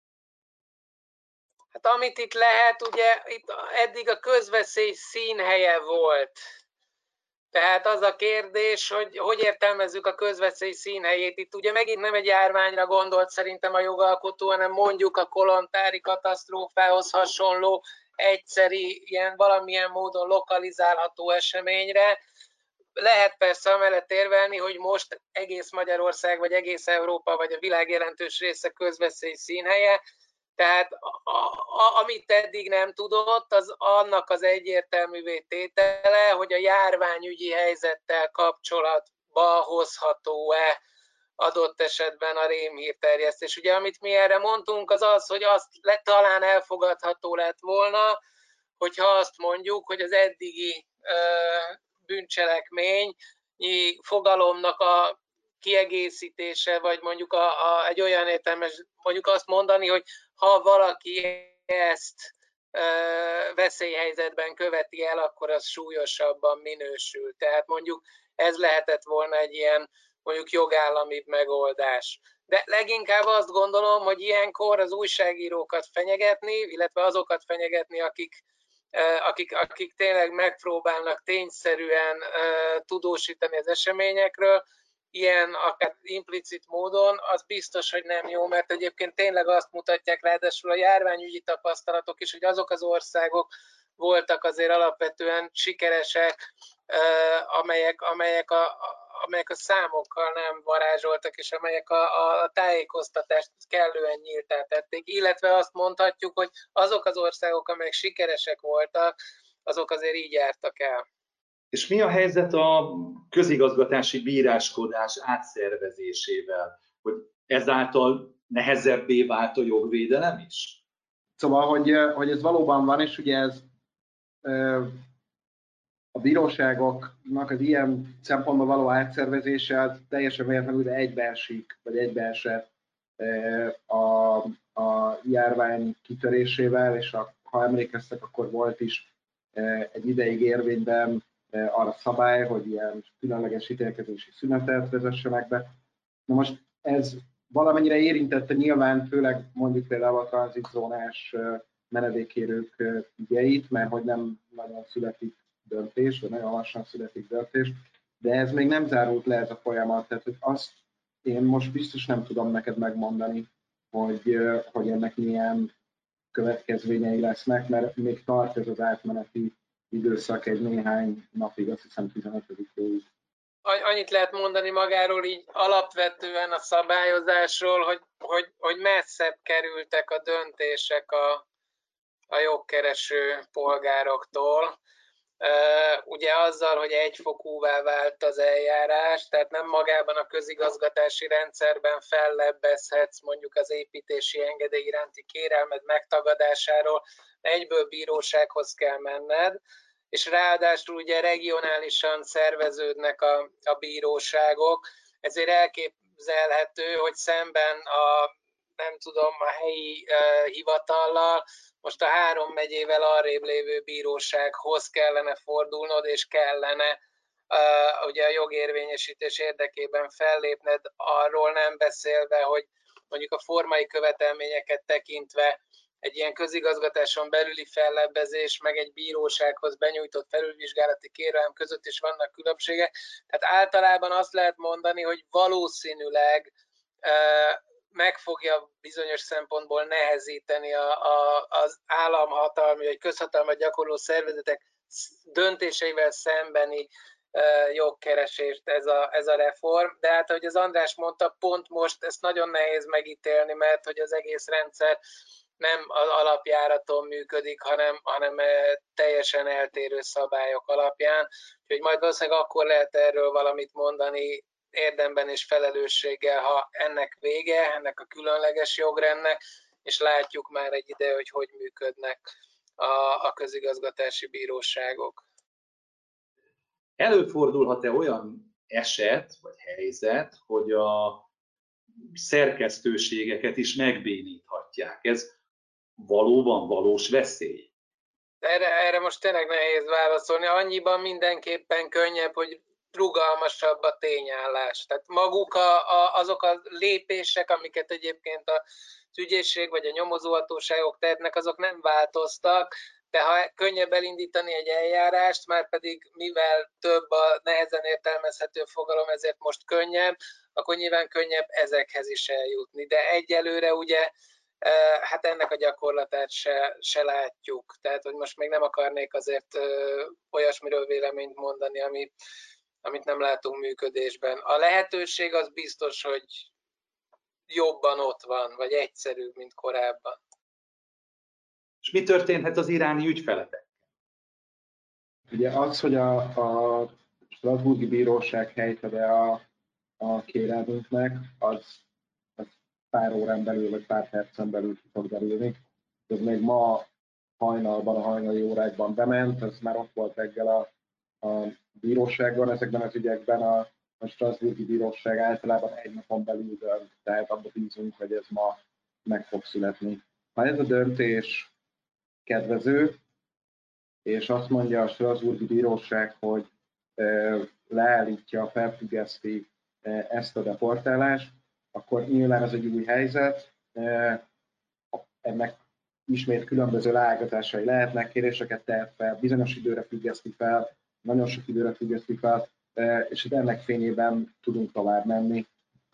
Hát amit itt lehet, ugye itt eddig a közveszély színhelye volt. Tehát az a kérdés, hogy értelmezzük a közveszély színhelyét. Itt ugye megint nem egy járványra gondolt szerintem a jogalkotó, hanem mondjuk a kolontári katasztrófához hasonló, egyszeri, ilyen valamilyen módon lokalizálható eseményre. Lehet persze amellett érvelni, hogy most egész Magyarország, vagy egész Európa, vagy a világ jelentős része közveszély színhelye, tehát amit eddig nem tudott, az annak az egyértelművé tétele, hogy a járványügyi helyzettel kapcsolatba hozható-e adott esetben a rémhírterjesztés. Ugye, amit mi erre mondtunk, az az, hogy azt talán elfogadható lett volna, hogyha azt mondjuk, hogy az eddigi bűncselekmény fogalomnak a kiegészítése, vagy mondjuk egy olyan értelmes, mondjuk azt mondani, hogy ha valaki ezt veszélyhelyzetben követi el, akkor az súlyosabban minősül. Tehát mondjuk ez lehetett volna egy ilyen mondjuk jogállamibb megoldás. De leginkább azt gondolom, hogy ilyenkor az újságírókat fenyegetni, illetve azokat fenyegetni, akik tényleg megpróbálnak tényszerűen tudósítani az eseményekről, ilyen akár implicit módon, az biztos, hogy nem jó, mert egyébként tényleg azt mutatják, ráadásul a járványügyi tapasztalatok is, hogy azok az országok voltak azért alapvetően sikeresek, amelyek a számokkal nem varázsoltak, és amelyek a tájékoztatást kellően nyíltá tették. Illetve azt mondhatjuk, hogy azok az országok, amelyek sikeresek voltak, azok azért így jártak el.
És mi a helyzet a közigazgatási bíráskodás átszervezésével? Hogy ezáltal nehezebbé vált a jogvédelem is?
Szóval, hogy ez valóban van, és ugye ez a bíróságoknak az ilyen szempontból való átszervezése teljesen véletlenül, de egybeesik, vagy egybeesett a járvány kitörésével, és ha emlékeztek, akkor volt is egy ideig érvényben arra szabály, hogy ilyen különleges ítélkezési szünetet vezessenek be. Na most ez valamennyire érintette nyilván, főleg mondjuk például a tranzitzónás menedékkérők ügyeit, mert hogy nem nagyon születik döntés, vagy nagyon lassan születik döntés, de ez még nem zárult le ez a folyamat, tehát hogy azt én most biztos nem tudom neked megmondani, hogy ennek milyen következményei lesznek, mert még tart ez az átmeneti időszak egy néhány napig, azt hiszem 15-ig.
Annyit lehet mondani magáról így alapvetően a szabályozásról, hogy messzebb kerültek a döntések a jogkereső polgároktól. Ugye azzal, hogy egyfokúvá vált az eljárás, tehát nem magában a közigazgatási rendszerben fellebbezhetsz mondjuk az építési engedély iránti kérelmed megtagadásáról, egyből bírósághoz kell menned, és ráadásul ugye regionálisan szerveződnek a bíróságok, ezért elképzelhető, hogy szemben a helyi hivatallal, most a 3 megyével arrébb lévő bírósághoz kellene fordulnod, és kellene ugye a jogérvényesítés érdekében fellépned, arról nem beszélve, hogy mondjuk a formai követelményeket tekintve egy ilyen közigazgatáson belüli fellebbezés, meg egy bírósághoz benyújtott felülvizsgálati kérelem között is vannak különbségek. Tehát általában azt lehet mondani, hogy valószínűleg meg fogja bizonyos szempontból nehezíteni az államhatalmi vagy közhatalmat gyakorló szervezetek döntéseivel szembeni jogkeresést ez a reform. De hát, ahogy az András mondta, pont most ezt nagyon nehéz megítélni, mert hogy az egész rendszer nem az alapjáraton működik, hanem teljesen eltérő szabályok alapján. Úgyhogy majd valószínűleg akkor lehet erről valamit mondani érdemben és felelősséggel, ha ennek vége, ennek a különleges jogrendnek, és látjuk már egy ide, hogy működnek a közigazgatási bíróságok.
Előfordulhat-e olyan eset vagy helyzet, hogy a szerkesztőségeket is megbéníthatják? Ez valóban valós veszély?
Erre most tényleg nehéz válaszolni. Annyiban mindenképpen könnyebb, hogy rugalmasabb a tényállás. Tehát maguk azok a lépések, amiket egyébként az ügyészség vagy a nyomozóhatóságok tehetnek, azok nem változtak, de ha könnyebb elindítani egy eljárást, már pedig mivel több a nehezen értelmezhető fogalom, ezért most könnyebb, akkor nyilván könnyebb ezekhez is eljutni. De egyelőre ugye hát ennek a gyakorlatát se látjuk. Tehát, hogy most még nem akarnék azért olyasmiről véleményt mondani, amit nem látunk működésben. A lehetőség az biztos, hogy jobban ott van, vagy egyszerűbb, mint korábban.
És mi történhet az iráni ügyfeletek?
Ugye az, hogy a Strasbourgi Bíróság helytede a kérelmünknek, az pár órán belül, vagy pár percen belül ki fog derülni. Ez még ma hajnalban, a hajnali órákban bement, ez már ott volt reggel a bíróságon, ezekben az ügyekben a Strasbourgi Bíróság általában egy napon belül dönt, tehát abban bízunk, hogy ez ma meg fog születni. Ha ez a döntés kedvező, és azt mondja a Strasbourgi Bíróság, hogy leállítja, felfüggeszti ezt a deportálást, akkor nyilván ez egy új helyzet, ennek ismét különböző leágazásai lehetnek, kéréseket tehet fel, bizonyos időre függeszti fel, nagyon sok időre függeszti fel, és ennek fényében tudunk tovább menni.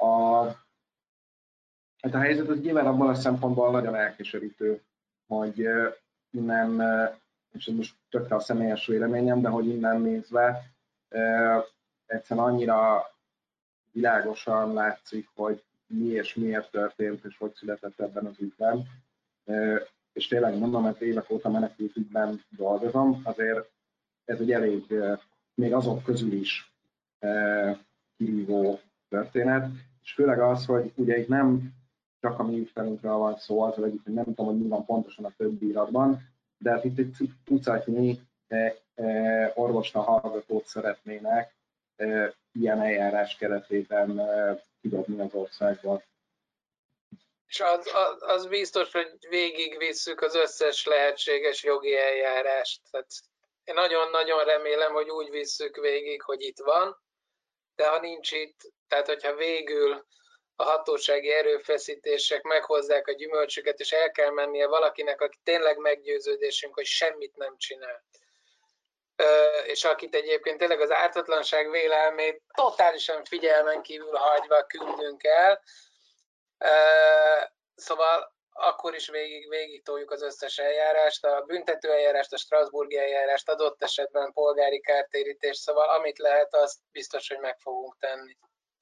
Hát a helyzet az nyilván abban a szempontból nagyon elkeserítő, hogy innen, és ez most tökre a személyes véleményem, de hogy innen nézve egyszerűen annyira világosan látszik, hogy mi és miért történt, és hogy született ebben az ügyben. És tényleg mondom, hogy évek óta menekült ügyben dolgozom, azért ez egy elég, még azok közül is kirívó történet, és főleg az, hogy ugye itt nem csak a mi ügyfelünkről van szó, azzal együtt, hogy nem tudom, hogy mi van pontosan a többi iratban, de hát itt egy tucatnyi orvostan hallgatót szeretnének ilyen eljárás keretében kidobni az országban.
És az biztos, hogy végigvisszük az összes lehetséges jogi eljárást. Tehát én nagyon-nagyon remélem, hogy úgy visszük végig, hogy itt van, de ha nincs itt, tehát hogyha végül a hatósági erőfeszítések meghozzák a gyümölcsüket, és el kell mennie valakinek, aki tényleg meggyőződésünk, hogy semmit nem csinál, és akit egyébként tényleg az ártatlanság vélelmét totálisan figyelmen kívül hagyva küldünk el, szóval akkor is végig toljuk az összes eljárást, a büntetőeljárást, a strasbourgi eljárást, adott esetben polgári kártérítést, szóval amit lehet, azt biztos, hogy meg fogunk tenni.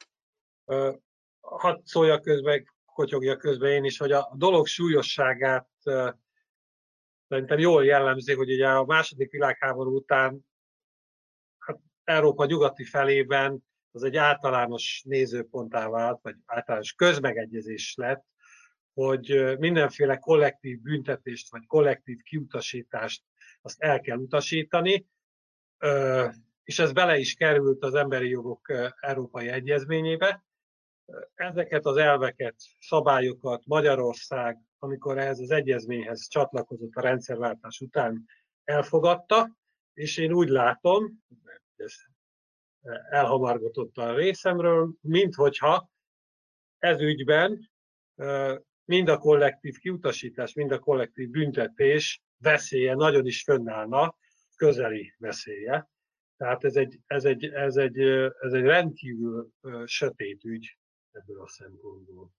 Hadd szóljak közben, kotyogjak közben én is, hogy a dolog súlyosságát szerintem jól jellemzi, hogy ugye a második világháború után hát Európa nyugati felében az egy általános nézőponttá vált, vagy általános közmegegyezés lett, hogy mindenféle kollektív büntetést, vagy kollektív kiutasítást azt el kell utasítani, és ez bele is került az Emberi Jogok Európai Egyezményébe. Ezeket az elveket, szabályokat Magyarország, amikor ehhez az egyezményhez csatlakozott a rendszerváltás után, elfogadta, és én úgy látom, ez elhamargatott a részemről, minthogyha ez ügyben mind a kollektív kiutasítás, mind a kollektív büntetés veszélye nagyon is fönnállna, közeli veszélye. Tehát ez egy rendkívül sötét ügy ebből a szempontból.